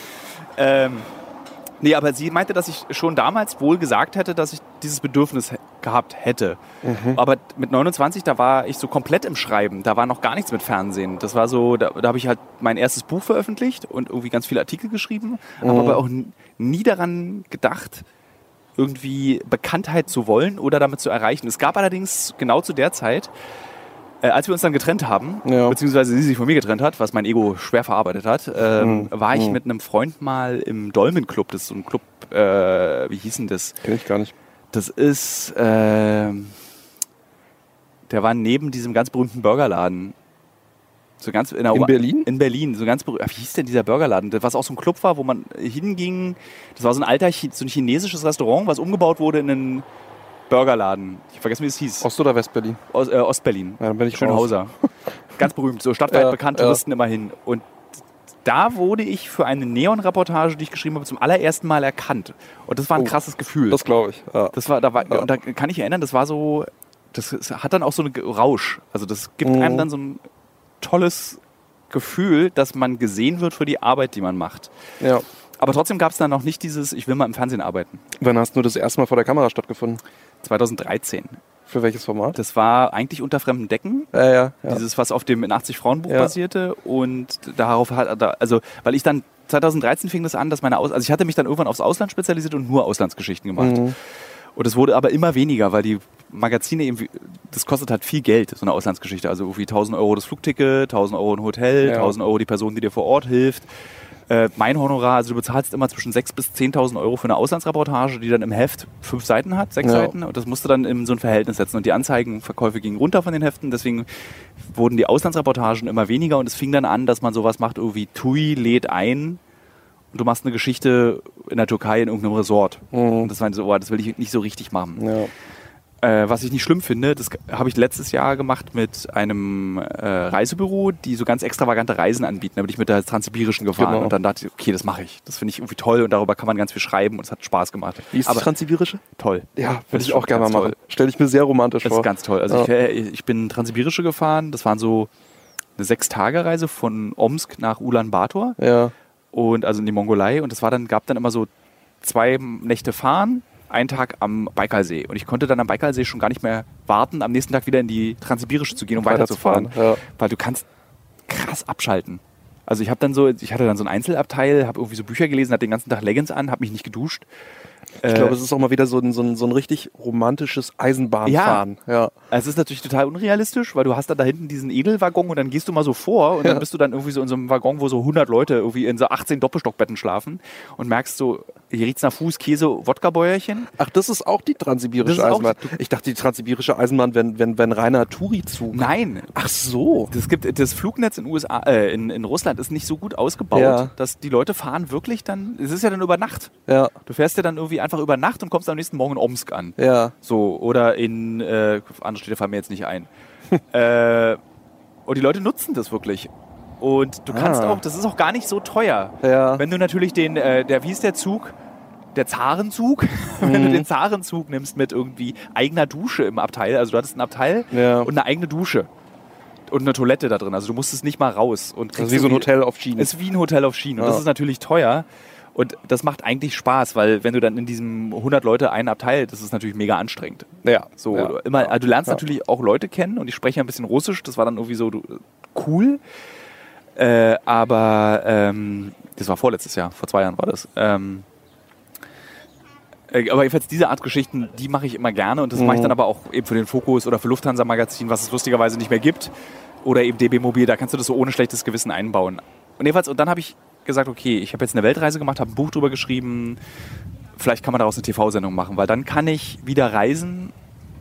Nee, aber sie meinte, dass ich schon damals wohl gesagt hätte, dass ich dieses Bedürfnis gehabt hätte. Mhm. Aber mit 29, da war ich so komplett im Schreiben. Da war noch gar nichts mit Fernsehen. Das war so, da habe ich halt mein erstes Buch veröffentlicht und irgendwie ganz viele Artikel geschrieben. Mhm. Habe aber auch nie daran gedacht, irgendwie Bekanntheit zu wollen oder damit zu erreichen. Es gab allerdings genau zu der Zeit, als wir uns dann getrennt haben, beziehungsweise sie sich von mir getrennt hat, was mein Ego schwer verarbeitet hat, war ich mit einem Freund mal im Dolmen-Club. Das ist so ein Club, wie hieß denn das? Kenn ich gar nicht. Das ist, der war neben diesem ganz berühmten Burgerladen. So ganz in Berlin? In Berlin. So ganz wie hieß denn dieser Burgerladen? Was auch so ein Club war, wo man hinging. Das war so ein alter, so ein chinesisches Restaurant, was umgebaut wurde in einen Burgerladen. Ich vergesse, wie es hieß. Ost- oder Westberlin? Ostberlin. Ja, dann bin ich Schönhauser. Ganz berühmt, so stadtweit bekannt, Touristen immer hin. Und da wurde ich für eine Neon-Reportage, die ich geschrieben habe, zum allerersten Mal erkannt. Und das war ein krasses Gefühl. Das glaube ich. Ja. Und da kann ich erinnern, das war so, das hat dann auch so einen Rausch. Also das gibt einem dann so ein tolles Gefühl, dass man gesehen wird für die Arbeit, die man macht. Ja. Aber trotzdem gab es dann noch nicht dieses, ich will mal im Fernsehen arbeiten. Wann hast du das erste Mal vor der Kamera stattgefunden? 2013. Für welches Format? Das war eigentlich Unter fremden Decken. Ja. Dieses, was auf dem 80 Frauen Buch basierte. Und darauf weil ich dann 2013 fing das an, dass ich hatte mich dann irgendwann aufs Ausland spezialisiert und nur Auslandsgeschichten gemacht. Mhm. Und es wurde aber immer weniger, weil die Magazine eben, das kostet halt viel Geld, so eine Auslandsgeschichte. Also irgendwie 1.000 Euro das Flugticket, 1.000 Euro ein Hotel, 1.000 Euro die Person, die dir vor Ort hilft. Mein Honorar, also du bezahlst immer zwischen 6.000 bis 10.000 Euro für eine Auslandsreportage, die dann im Heft 5 Seiten hat, 6 Seiten. Und das musst du dann in so ein Verhältnis setzen. Und die Anzeigenverkäufe gingen runter von den Heften, deswegen wurden die Auslandsreportagen immer weniger. Und es fing dann an, dass man sowas macht, irgendwie TUI lädt ein und du machst eine Geschichte in der Türkei in irgendeinem Resort. Und das war so, das will ich nicht so richtig machen. Ja. Was ich nicht schlimm finde, das habe ich letztes Jahr gemacht mit einem Reisebüro, die so ganz extravagante Reisen anbieten. Da bin ich mit der Transsibirischen gefahren und dann dachte ich, okay, das mache ich. Das finde ich irgendwie toll und darüber kann man ganz viel schreiben und es hat Spaß gemacht. Wie ist die Transsibirische? Toll. Ja, würde ich auch gerne mal machen. Stelle ich mir sehr romantisch vor. Das ist ganz toll. Also ich bin Transsibirische gefahren, das waren so eine 6-Tage-Reise von Omsk nach Ulaanbaatar. Ja. Und also in die Mongolei und das gab dann immer so 2 Nächte fahren, einen Tag am Baikalsee. Und ich konnte dann am Baikalsee schon gar nicht mehr warten, am nächsten Tag wieder in die Transsibirische zu gehen, um weiterzufahren. Weil du kannst krass abschalten. Also ich hatte dann so ein Einzelabteil, habe irgendwie so Bücher gelesen, hatte den ganzen Tag Leggings an, habe mich nicht geduscht. Ich glaube, es ist auch mal wieder so ein richtig romantisches Eisenbahnfahren. Ja. Es ist natürlich total unrealistisch, weil du hast dann da hinten diesen Edelwaggon und dann gehst du mal so vor und dann bist du dann irgendwie so in so einem Waggon, wo so 100 Leute irgendwie in so 18 Doppelstockbetten schlafen und merkst so, hier riecht's nach Fuß, Käse, Wodka-Bäuerchen. Ach, das ist auch die transsibirische Eisenbahn. Ich dachte, die transsibirische Eisenbahn wenn reiner Touri-Zug. Nein. Ach so. Das Flugnetz in USA, in Russland ist nicht so gut ausgebaut, dass die Leute fahren wirklich dann, es ist ja dann über Nacht. Ja. Du fährst ja dann irgendwie einfach über Nacht und kommst am nächsten Morgen in Omsk an. Ja. So, oder in, andere Städte fallen mir jetzt nicht ein. Und die Leute nutzen das wirklich. Und du kannst auch, das ist auch gar nicht so teuer. Ja. Wenn du natürlich wie ist der Zug? Der Zarenzug, wenn du den Zarenzug nimmst mit irgendwie eigener Dusche im Abteil, also du hattest ein Abteil und eine eigene Dusche und eine Toilette da drin, also du musstest nicht mal raus. Und das ist wie so ein Hotel auf Schienen. Ist wie ein Hotel auf Schienen und das ist natürlich teuer und das macht eigentlich Spaß, weil wenn du dann in diesem 100 Leute einen Abteil, das ist natürlich mega anstrengend. Ja. So, also du lernst natürlich auch Leute kennen und ich spreche ja ein bisschen Russisch, das war dann irgendwie so cool, aber das war vorletztes Jahr, vor 2 Jahren war das. Aber jedenfalls diese Art Geschichten, die mache ich immer gerne und das mache ich dann aber auch eben für den Fokus oder für Lufthansa Magazin, was es lustigerweise nicht mehr gibt, oder eben DB Mobil, da kannst du das so ohne schlechtes Gewissen einbauen. Und dann habe ich gesagt, okay, ich habe jetzt eine Weltreise gemacht, habe ein Buch drüber geschrieben, vielleicht kann man daraus eine TV-Sendung machen, weil dann kann ich wieder reisen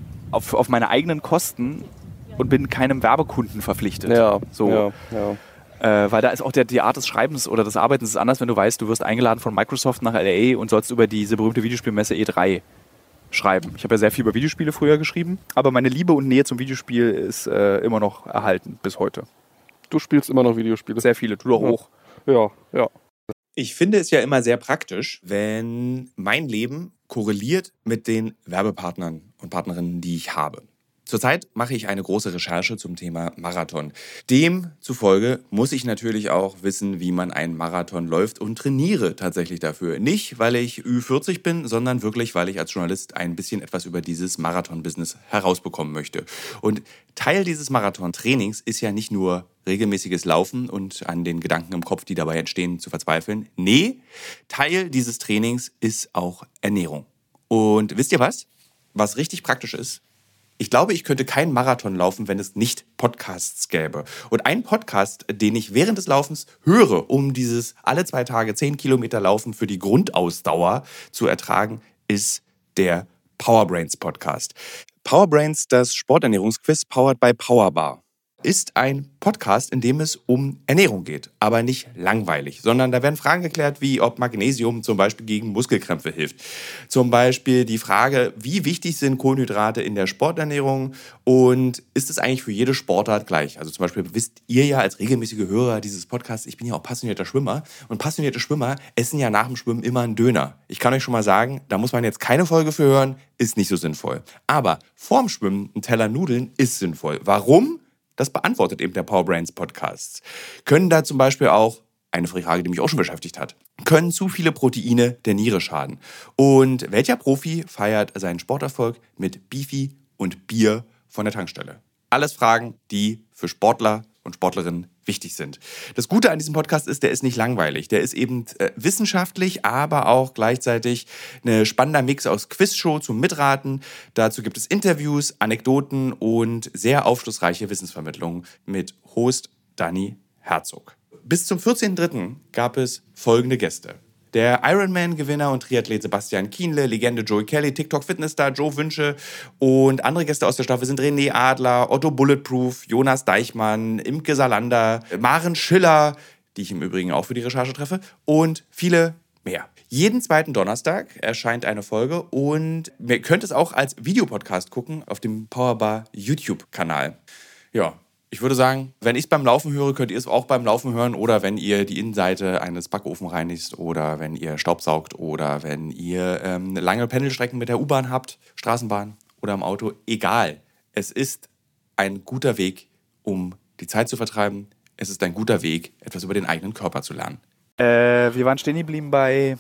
auf meine eigenen Kosten und bin keinem Werbekunden verpflichtet. Ja, so. Weil da ist auch die Art des Schreibens oder des Arbeitens ist anders, wenn du weißt, du wirst eingeladen von Microsoft nach LA und sollst über diese berühmte Videospielmesse E3 schreiben. Ich habe ja sehr viel über Videospiele früher geschrieben, aber meine Liebe und Nähe zum Videospiel ist immer noch erhalten bis heute. Du spielst immer noch Videospiele? Sehr viele, du doch auch. Ja. Ich finde es ja immer sehr praktisch, wenn mein Leben korreliert mit den Werbepartnern und Partnerinnen, die ich habe. Zurzeit mache ich eine große Recherche zum Thema Marathon. Demzufolge muss ich natürlich auch wissen, wie man einen Marathon läuft und trainiere tatsächlich dafür. Nicht, weil ich Ü40 bin, sondern wirklich, weil ich als Journalist ein bisschen etwas über dieses Marathon-Business herausbekommen möchte. Und Teil dieses Marathon-Trainings ist ja nicht nur regelmäßiges Laufen und an den Gedanken im Kopf, die dabei entstehen, zu verzweifeln. Nee, Teil dieses Trainings ist auch Ernährung. Und wisst ihr was? Was richtig praktisch ist? Ich glaube, ich könnte keinen Marathon laufen, wenn es nicht Podcasts gäbe. Und ein Podcast, den ich während des Laufens höre, um dieses alle 2 Tage 10 Kilometer Laufen für die Grundausdauer zu ertragen, ist der Powerbrains Podcast. Powerbrains, das Sporternährungsquiz powered by Powerbar, ist ein Podcast, in dem es um Ernährung geht, aber nicht langweilig, sondern da werden Fragen geklärt, wie ob Magnesium zum Beispiel gegen Muskelkrämpfe hilft. Zum Beispiel die Frage, wie wichtig sind Kohlenhydrate in der Sporternährung und ist es eigentlich für jede Sportart gleich? Also zum Beispiel wisst ihr ja als regelmäßige Hörer dieses Podcasts, ich bin ja auch passionierter Schwimmer und passionierte Schwimmer essen ja nach dem Schwimmen immer einen Döner. Ich kann euch schon mal sagen, da muss man jetzt keine Folge für hören, ist nicht so sinnvoll. Aber vorm Schwimmen ein Teller Nudeln ist sinnvoll. Warum? Das beantwortet eben der Powerbrains Podcast. Können da zum Beispiel auch, eine Frage, die mich auch schon beschäftigt hat, können zu viele Proteine der Niere schaden? Und welcher Profi feiert seinen Sporterfolg mit Beefy und Bier von der Tankstelle? Alles Fragen, die für Sportler und Sportlerinnen wichtig sind. Das Gute an diesem Podcast ist, der ist nicht langweilig. Der ist eben wissenschaftlich, aber auch gleichzeitig ein spannender Mix aus Quizshow zum Mitraten. Dazu gibt es Interviews, Anekdoten und sehr aufschlussreiche Wissensvermittlung mit Host Dani Herzog. Bis zum 14.03. gab es folgende Gäste. Der Ironman-Gewinner und Triathlet Sebastian Kienle, Legende Joey Kelly, TikTok-Fitnessstar Joe Wünsche und andere Gäste aus der Staffel sind René Adler, Otto Bulletproof, Jonas Deichmann, Imke Salander, Maren Schiller, die ich im Übrigen auch für die Recherche treffe, und viele mehr. Jeden 2. Donnerstag erscheint eine Folge und ihr könnt es auch als Videopodcast gucken auf dem Powerbar YouTube-Kanal. Ja. Ich würde sagen, wenn ich es beim Laufen höre, könnt ihr es auch beim Laufen hören oder wenn ihr die Innenseite eines Backofens reinigt oder wenn ihr Staubsaugt oder wenn ihr lange Pendelstrecken mit der U-Bahn habt, Straßenbahn oder im Auto. Egal. Es ist ein guter Weg, um die Zeit zu vertreiben. Es ist ein guter Weg, etwas über den eigenen Körper zu lernen. Wir waren stehen geblieben bei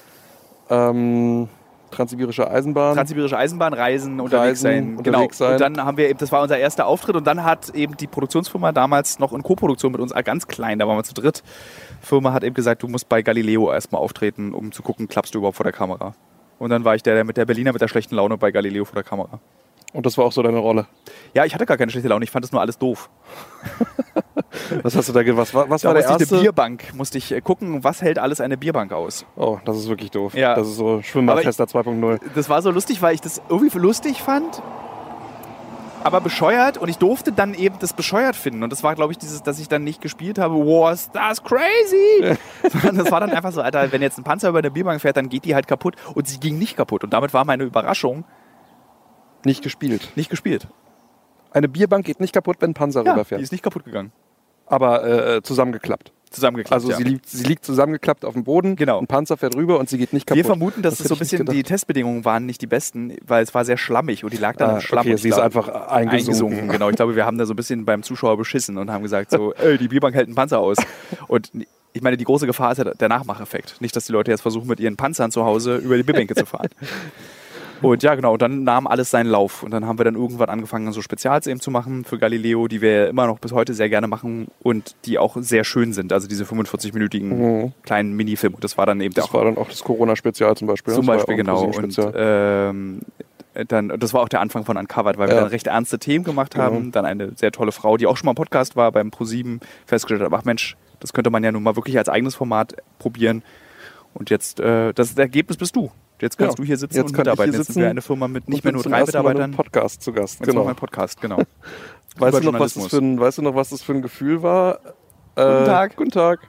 Transsibirische Eisenbahn. Transsibirische Eisenbahn, Reisen, unterwegs sein. Genau. Und dann haben wir eben, das war unser erster Auftritt und dann hat eben die Produktionsfirma damals noch in Koproduktion mit uns, ganz klein, da waren wir zu dritt, Firma hat eben gesagt, du musst bei Galileo erstmal auftreten, um zu gucken, klappst du überhaupt vor der Kamera. Und dann war ich der mit der Berliner mit der schlechten Laune bei Galileo vor der Kamera. Und das war auch so deine Rolle? Ja, ich hatte gar keine schlechte Laune, ich fand das nur alles doof. Was hast du da gemacht? Was da war der erste? erste? Eine Bierbank. Musste ich gucken, was hält alles eine Bierbank aus. Oh, das ist wirklich doof. Ja. Das ist so Schwimmbadtester 2.0. Das war so lustig, weil ich das irgendwie lustig fand, aber bescheuert. Und ich durfte dann eben das bescheuert finden. Und das war, glaube ich, dieses, dass ich dann nicht gespielt habe, wow, ist das crazy! Sondern das war dann einfach so, Alter, wenn jetzt ein Panzer über eine Bierbank fährt, dann geht die halt kaputt. Und sie ging nicht kaputt. Und damit war meine Überraschung. Nicht gespielt. Nicht gespielt. Eine Bierbank geht nicht kaputt, wenn ein Panzer rüberfährt. Die ist nicht kaputt gegangen. Aber zusammengeklappt. Zusammengeklappt, also ja. sie liegt zusammengeklappt auf dem Boden, genau. Ein Panzer fährt rüber und sie geht nicht kaputt. Wir vermuten, dass es so ein bisschen die Testbedingungen waren nicht die besten, weil es war sehr schlammig und die lag dann im Schlamm. Okay, sie ist einfach eingesunken. Genau, ich glaube, wir haben da so ein bisschen beim Zuschauer beschissen und haben gesagt so, ey, die Bierbank hält einen Panzer aus. Und ich meine, die große Gefahr ist ja der Nachmacheffekt. Nicht, dass die Leute jetzt versuchen, mit ihren Panzern zu Hause über die Bierbänke zu fahren. Und ja, genau, und dann nahm alles seinen Lauf. Und dann haben wir dann irgendwann angefangen, so Spezials eben zu machen für Galileo, die wir immer noch bis heute sehr gerne machen und die auch sehr schön sind. Also diese 45-minütigen kleinen Minifilme. Und das war dann eben das war dann auch das Corona-Spezial zum Beispiel. Zum Beispiel, genau. Und dann, das war auch der Anfang von Uncovered, weil wir dann recht ernste Themen gemacht haben. Dann eine sehr tolle Frau, die auch schon mal im Podcast war, beim ProSieben festgestellt hat, ach Mensch, das könnte man ja nun mal wirklich als eigenes Format probieren. Und jetzt, das Ergebnis bist du. Jetzt kannst du hier sitzen und mitarbeiten. Jetzt sind wir eine Firma mit nicht mehr nur 3 Mitarbeitern. Podcast zu Gast. Genau. Mein Podcast, genau. Weißt du noch, was das für ein Gefühl war? Guten Tag. Guten Tag.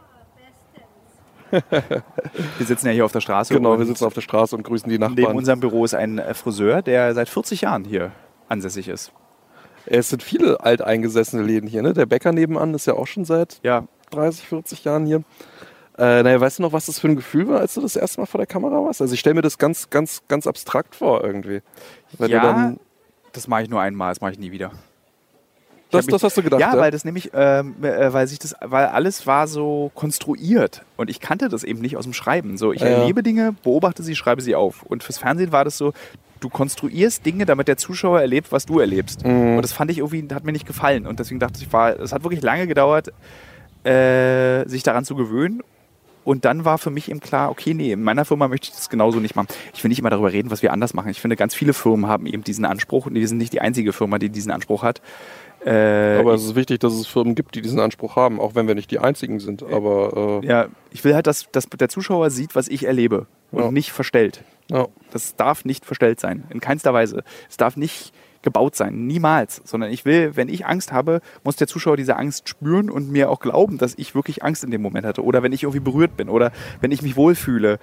Wir sitzen ja hier auf der Straße. Genau, wir sitzen auf der Straße und grüßen die Nachbarn. Neben unserem Büro ist ein Friseur, der seit 40 Jahren hier ansässig ist. Es sind viele alteingesessene Läden hier, ne? Der Bäcker nebenan ist ja auch schon seit 30, 40 Jahren hier. Weißt du noch, was das für ein Gefühl war, als du das erste Mal vor der Kamera warst? Also ich stelle mir das ganz, ganz, ganz abstrakt vor irgendwie. Das mache ich nur einmal, das mache ich nie wieder. Das hast du gedacht? Ja, weil das nämlich, weil alles war so konstruiert und ich kannte das eben nicht aus dem Schreiben. So, ich erlebe Dinge, beobachte sie, schreibe sie auf. Und fürs Fernsehen war das so, du konstruierst Dinge, damit der Zuschauer erlebt, was du erlebst. Und das fand ich irgendwie, hat mir nicht gefallen. Und deswegen dachte ich, es hat wirklich lange gedauert, sich daran zu gewöhnen. Und dann war für mich eben klar, okay, nee, in meiner Firma möchte ich das genauso nicht machen. Ich will nicht immer darüber reden, was wir anders machen. Ich finde, ganz viele Firmen haben eben diesen Anspruch und wir sind nicht die einzige Firma, die diesen Anspruch hat. Aber es ist wichtig, dass es Firmen gibt, die diesen Anspruch haben, auch wenn wir nicht die einzigen sind. Aber ich will halt, dass der Zuschauer sieht, was ich erlebe und nicht verstellt. Ja. Das darf nicht verstellt sein, in keinster Weise. Es darf nicht gebaut sein, niemals. Sondern ich will, wenn ich Angst habe, muss der Zuschauer diese Angst spüren und mir auch glauben, dass ich wirklich Angst in dem Moment hatte. Oder wenn ich irgendwie berührt bin oder wenn ich mich wohlfühle.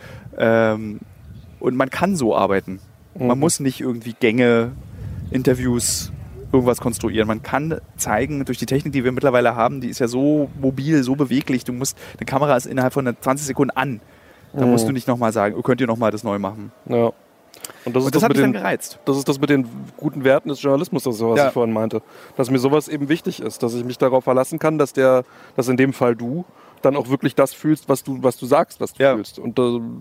Und man kann so arbeiten. Man muss nicht irgendwie Gänge, Interviews, irgendwas konstruieren. Man kann zeigen, durch die Technik, die wir mittlerweile haben, die ist ja so mobil, so beweglich. Eine Kamera ist innerhalb von 20 Sekunden an. Da musst du nicht nochmal sagen, könnt ihr nochmal das neu machen. Ja. Und das hat mich dann gereizt. Das ist das mit den guten Werten des Journalismus, was ich vorhin meinte. Dass mir sowas eben wichtig ist, dass ich mich darauf verlassen kann, dass in dem Fall du dann auch wirklich das fühlst, was du sagst, was du fühlst. Und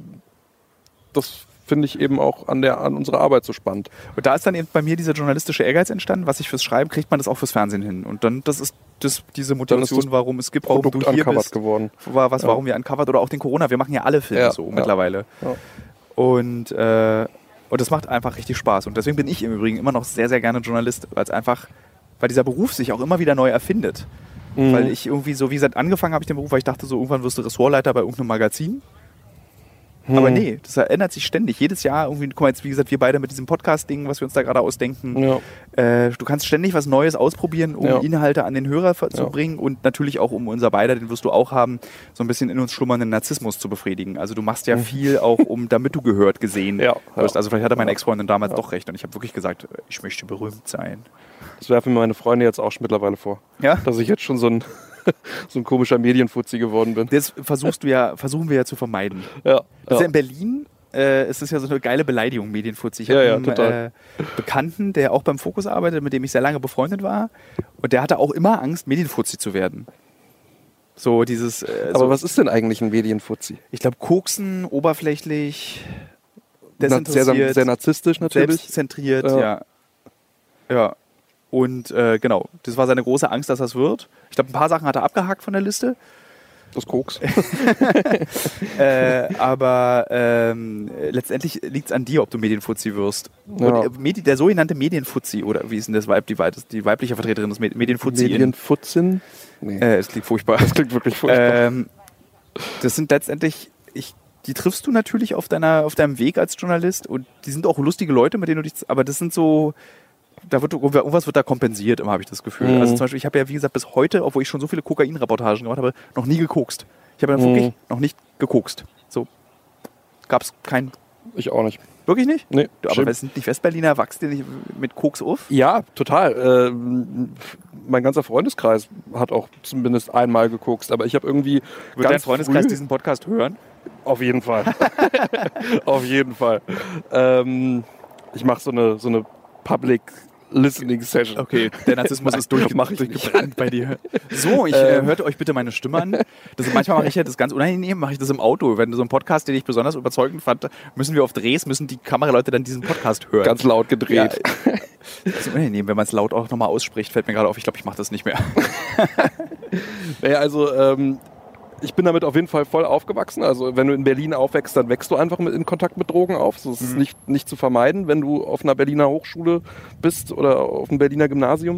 das finde ich eben auch an unserer Arbeit so spannend. Und da ist dann eben bei mir dieser journalistische Ehrgeiz entstanden, was ich fürs Schreiben, kriegt man das auch fürs Fernsehen hin. Und dann, das ist diese Motivation, warum es gibt, warum du hier bist, geworden. Warum wir Uncovered oder auch den Corona, wir machen ja alle Filme mittlerweile. Ja. Und das macht einfach richtig Spaß. Und deswegen bin ich im Übrigen immer noch sehr, sehr gerne Journalist, weil dieser Beruf sich auch immer wieder neu erfindet. Weil ich irgendwie so, wie gesagt, angefangen habe ich den Beruf, weil ich dachte so, irgendwann wirst du Ressortleiter bei irgendeinem Magazin. Aber nee, das ändert sich ständig. Jedes Jahr irgendwie, guck mal jetzt, wie gesagt, wir beide mit diesem Podcast-Ding, was wir uns da gerade ausdenken. Ja. Du kannst ständig was Neues ausprobieren, um Inhalte an den Hörer zu bringen und natürlich auch um unser beider, den wirst du auch haben, so ein bisschen in uns schlummernden Narzissmus zu befriedigen. Also du machst ja viel auch, damit du gehört, gesehen wirst. Also vielleicht hatte meine Ex-Freundin damals doch recht und ich habe wirklich gesagt, ich möchte berühmt sein. Das werfen mir meine Freunde jetzt auch mittlerweile vor. Ja? Dass ich jetzt schon so ein komischer Medienfuzzi geworden bin. Das versuchen wir ja zu vermeiden. Ja. Also in Berlin ist es ja so eine geile Beleidigung, Medienfuzzi. Ich habe einen Bekannten, der auch beim Fokus arbeitet, mit dem ich sehr lange befreundet war. Und der hatte auch immer Angst, Medienfuzzi zu werden. So dieses. Aber was ist denn eigentlich ein Medienfuzzi? Ich glaube, koksen, oberflächlich, desinteressiert, sehr narzisstisch natürlich. Selbstzentriert, ja. Und genau, das war seine große Angst, dass das wird. Ich glaube, ein paar Sachen hat er abgehakt von der Liste. Das Koks. Aber letztendlich liegt es an dir, ob du Medienfuzzi wirst. Ja. Und, der sogenannte Medienfuzzi, oder wie ist denn das die weibliche Vertreterin des Medienfuzzi? Medienfutzin? Nee. Das klingt furchtbar. Das klingt wirklich furchtbar. Das sind letztendlich, die triffst du natürlich auf deinem Weg als Journalist und die sind auch lustige Leute, mit denen du dich, aber das sind so, irgendwas wird da kompensiert, immer habe ich das Gefühl. Also zum Beispiel, ich habe ja, wie gesagt, bis heute, obwohl ich schon so viele Kokain-Reportagen gemacht habe, noch nie gekokst. Ich habe dann wirklich noch nicht gekokst. So, gab es kein... Ich auch nicht. Wirklich nicht? Nee. Aber wir sind nicht Westberliner, wachst ihr nicht mit Koks auf? Ja, total. Mein ganzer Freundeskreis hat auch zumindest einmal gekokst, aber ich habe irgendwie... Wird dein Freundeskreis diesen Podcast hören? Auf jeden Fall. Auf jeden Fall. Ich mache so eine Public Listening Session. Okay, der Narzissmus ist durchgebrannt bei dir. So, hört euch bitte meine Stimme an. Manchmal mache ich das ganz unangenehm, mache ich das im Auto. Wenn so ein Podcast, den ich besonders überzeugend fand, müssen wir auf Drehs, müssen die Kameraleute dann diesen Podcast hören. Ganz laut gedreht. Ja. Das ist unangenehm, wenn man es laut auch nochmal ausspricht, fällt mir gerade auf. Ich glaube, ich mache das nicht mehr. Naja, also ich bin damit auf jeden Fall voll aufgewachsen. Also wenn du in Berlin aufwächst, dann wächst du einfach in Kontakt mit Drogen auf. Das ist nicht zu vermeiden, wenn du auf einer Berliner Hochschule bist oder auf einem Berliner Gymnasium.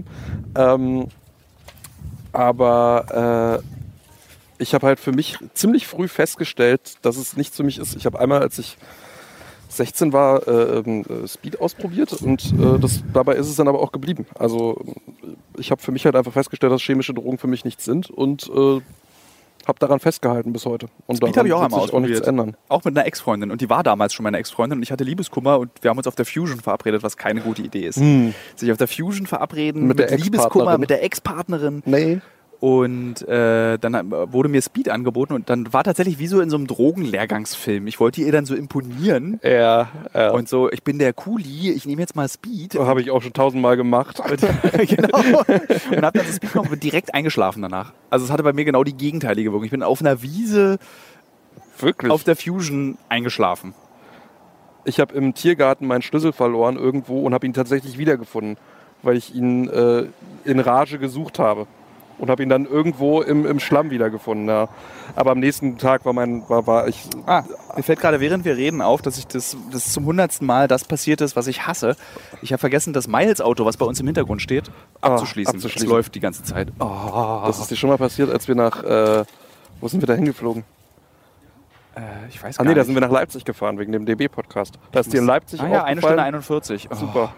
Aber ich habe halt für mich ziemlich früh festgestellt, dass es nichts für mich ist. Ich habe einmal, als ich 16 war, Speed ausprobiert und dabei ist es dann aber auch geblieben. Also ich habe für mich halt einfach festgestellt, dass chemische Drogen für mich nichts sind und habe daran festgehalten bis heute. Und Speed habe ich auch einmal ausprobiert. Nichts ändern. Auch mit einer Ex-Freundin. Und die war damals schon meine Ex-Freundin. Und ich hatte Liebeskummer. Und wir haben uns auf der Fusion verabredet, was keine gute Idee ist. Sich auf der Fusion verabreden mit Liebeskummer, mit der Ex-Partnerin. Nee. Und dann wurde mir Speed angeboten. Und dann war tatsächlich wie so in so einem Drogenlehrgangsfilm. Ich wollte ihr dann so imponieren. Ja. Und so, ich bin der Cooli, ich nehme jetzt mal Speed. So habe ich auch schon 1000-mal gemacht. Genau. Und habe dann das Speed genommen und bin direkt eingeschlafen danach. Also es hatte bei mir genau die gegenteilige Wirkung. Ich bin auf einer Wiese auf der Fusion eingeschlafen. Ich habe im Tiergarten meinen Schlüssel verloren irgendwo und habe ihn tatsächlich wiedergefunden, weil ich ihn in Rage gesucht habe. Und habe ihn dann irgendwo im Schlamm wiedergefunden. Ja. Aber am nächsten Tag war ich... Mir fällt gerade, während wir reden, auf, dass das zum 100. Mal das passiert ist, was ich hasse. Ich habe vergessen, das Miles-Auto, was bei uns im Hintergrund steht, abzuschließen. Es läuft die ganze Zeit. Das ist dir schon mal passiert, als wir nach... wo sind wir da hingeflogen? Ich weiß gar nicht. Da sind wir nach Leipzig gefahren, wegen dem DB-Podcast. Da ist dir in Leipzig aufgefallen. 1 Stunde 41. Super.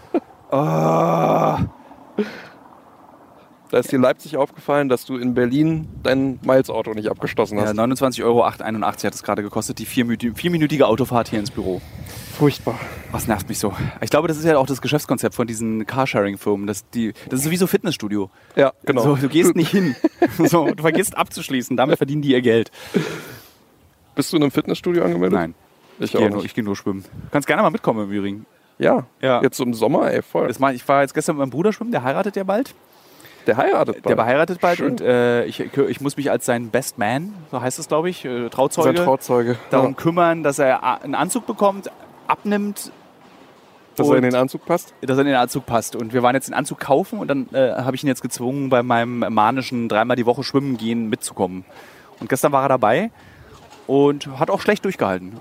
Da ist dir in Leipzig aufgefallen, dass du in Berlin dein Miles-Auto nicht abgeschlossen hast. Ja, 29,81 € hat es gerade gekostet, die 4-minütige Autofahrt hier ins Büro. Furchtbar. Was nervt mich so? Ich glaube, das ist ja auch das Geschäftskonzept von diesen Carsharing-Firmen. Das ist sowieso Fitnessstudio. Ja, genau. So, du gehst nicht hin. So, du vergisst abzuschließen. Damit verdienen die ihr Geld. Bist du in einem Fitnessstudio angemeldet? Nein. Ich gehe nur schwimmen. Du kannst gerne mal mitkommen im Übrigen. Ja. Jetzt im Sommer, voll. Ich war jetzt gestern mit meinem Bruder schwimmen, der heiratet ja bald. Der heiratet bald? Der beheiratet bald. Schön. Und ich muss mich als sein Best Man, so heißt es, glaube ich, Trauzeuge, sein Trauzeuge, darum kümmern, dass er einen Anzug bekommt, abnimmt. Dass er in den Anzug passt? Dass er in den Anzug passt. Und wir waren jetzt den Anzug kaufen und dann habe ich ihn jetzt gezwungen, bei meinem manischen 3-mal die Woche schwimmen gehen mitzukommen. Und gestern war er dabei und hat auch schlecht durchgehalten.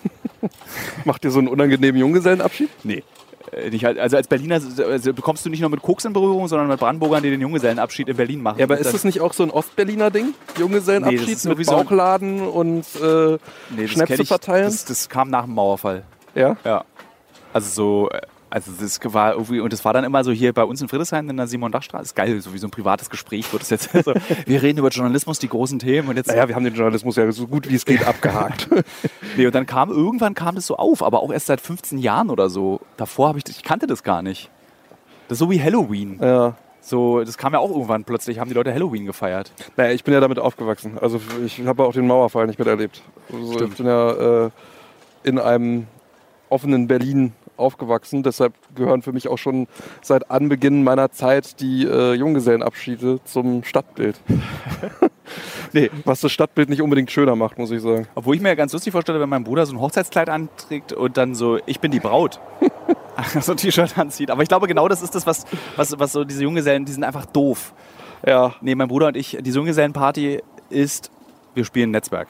Macht ihr so einen unangenehmen Junggesellenabschied? Nee. Also als Berliner bekommst du nicht nur mit Koks in Berührung, sondern mit Brandenburgern, die den Junggesellenabschied in Berlin machen. Ja, aber ist das nicht auch so ein Ostberliner Ding? Junggesellenabschied mit Bauchladen und Schnäpse verteilen? Das kam nach dem Mauerfall. Ja? Ja. Also das war irgendwie, und das war dann immer so hier bei uns in Friedrichshain in der Simon-Dach-Straße. Ist geil, so wie so ein privates Gespräch wird es jetzt. Also, wir reden über Journalismus, die großen Themen. Und jetzt, wir haben den Journalismus ja so gut wie es geht abgehakt. Nee, und dann irgendwann kam das so auf, aber auch erst seit 15 Jahren oder so. Davor ich kannte das gar nicht. Das ist so wie Halloween. Ja. So, das kam ja auch irgendwann plötzlich, haben die Leute Halloween gefeiert. Naja, ich bin ja damit aufgewachsen. Also ich habe auch den Mauerfall nicht miterlebt. Also ich bin ja in einem offenen Berlin aufgewachsen. Deshalb gehören für mich auch schon seit Anbeginn meiner Zeit die Junggesellenabschiede zum Stadtbild. Nee, was das Stadtbild nicht unbedingt schöner macht, muss ich sagen. Obwohl ich mir ganz lustig vorstelle, wenn mein Bruder so ein Hochzeitskleid anträgt und dann so, ich bin die Braut, so ein T-Shirt anzieht. Aber ich glaube, genau das ist das, was so diese Junggesellen, die sind einfach doof. Ja. Nee, mein Bruder und ich, die Junggesellenparty ist Wir spielen Netzwerk.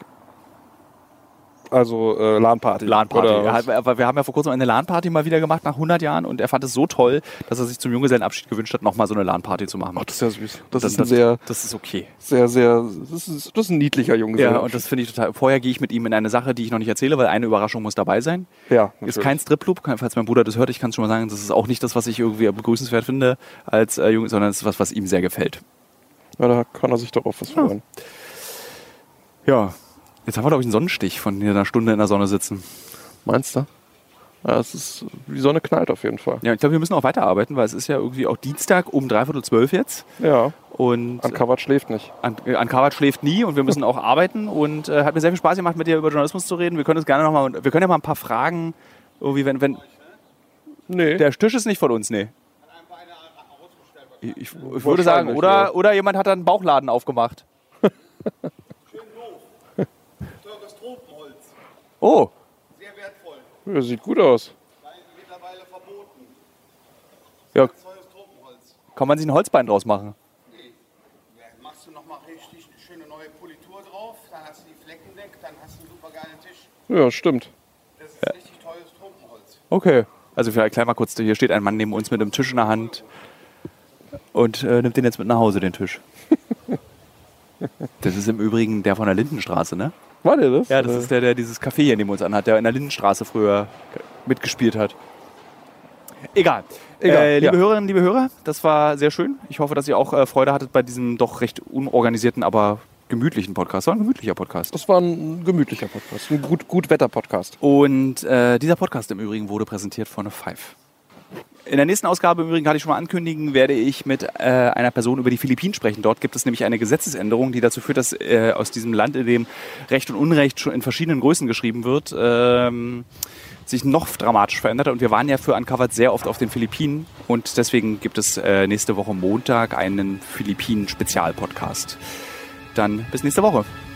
Also LAN-Party. LAN-Party. Wir haben ja vor kurzem eine LAN-Party mal wieder gemacht nach 100 Jahren und er fand es so toll, dass er sich zum Junggesellenabschied gewünscht hat, nochmal so eine LAN-Party zu machen. Ach, das ist ja süß. Das ist okay. Das ist ein niedlicher Junggeselle. Ja, und das finde ich total. Vorher gehe ich mit ihm in eine Sache, die ich noch nicht erzähle, weil eine Überraschung muss dabei sein. Ja. Natürlich. Ist kein Stripclub, falls mein Bruder das hört, ich kann es schon mal sagen, das ist auch nicht das, was ich irgendwie begrüßenswert finde als Junge, sondern es ist was ihm sehr gefällt. Ja, da kann er sich doch auf was freuen. Ja. Jetzt haben wir, glaube ich, einen Sonnenstich von hier einer Stunde in der Sonne sitzen. Meinst du? Ja, die Sonne knallt auf jeden Fall. Ja, ich glaube, wir müssen auch weiterarbeiten, weil es ist ja irgendwie auch Dienstag um 11:45 jetzt. Ja. Und Uncovered schläft nicht. Uncovered schläft nie und wir müssen auch arbeiten. Und hat mir sehr viel Spaß gemacht, mit dir über Journalismus zu reden. Wir können uns gerne wir können ja mal ein paar Fragen, irgendwie, wenn nee. Der Tisch ist nicht von uns, nee. Ich würde sagen, oder jemand hat da einen Bauchladen aufgemacht. Oh. Sehr wertvoll. Ja, sieht gut aus. Mittlerweile verboten. Ja. Teures Tropenholz. Kann man sich ein Holzbein draus machen? Nee. Ja, machst du nochmal richtig eine schöne neue Politur drauf, dann hast du die Flecken weg, dann hast du einen super geilen Tisch. Ja, stimmt. Das ist richtig teures Tropenholz. Okay. Also vielleicht gleich mal kurz, hier steht ein Mann neben uns mit einem Tisch in der Hand und nimmt den jetzt mit nach Hause, den Tisch. Das ist im Übrigen der von der Lindenstraße, ne? War der das? Ja, das ist der dieses Café hier neben uns anhat, der in der Lindenstraße früher mitgespielt hat. Egal. Liebe Hörerinnen, liebe Hörer, das war sehr schön. Ich hoffe, dass ihr auch Freude hattet bei diesem doch recht unorganisierten, aber gemütlichen Podcast. Das war ein gemütlicher Podcast. Das war ein gemütlicher Podcast, ein Gut-Wetter-Podcast. Und dieser Podcast im Übrigen wurde präsentiert von Five. In der nächsten Ausgabe im Übrigen, kann ich schon mal ankündigen, werde ich mit einer Person über die Philippinen sprechen. Dort gibt es nämlich eine Gesetzesänderung, die dazu führt, dass aus diesem Land, in dem Recht und Unrecht schon in verschiedenen Größen geschrieben wird, sich noch dramatisch verändert. Und wir waren ja für Uncovered sehr oft auf den Philippinen und deswegen gibt es nächste Woche Montag einen Philippinen-Spezial-Podcast. Dann bis nächste Woche.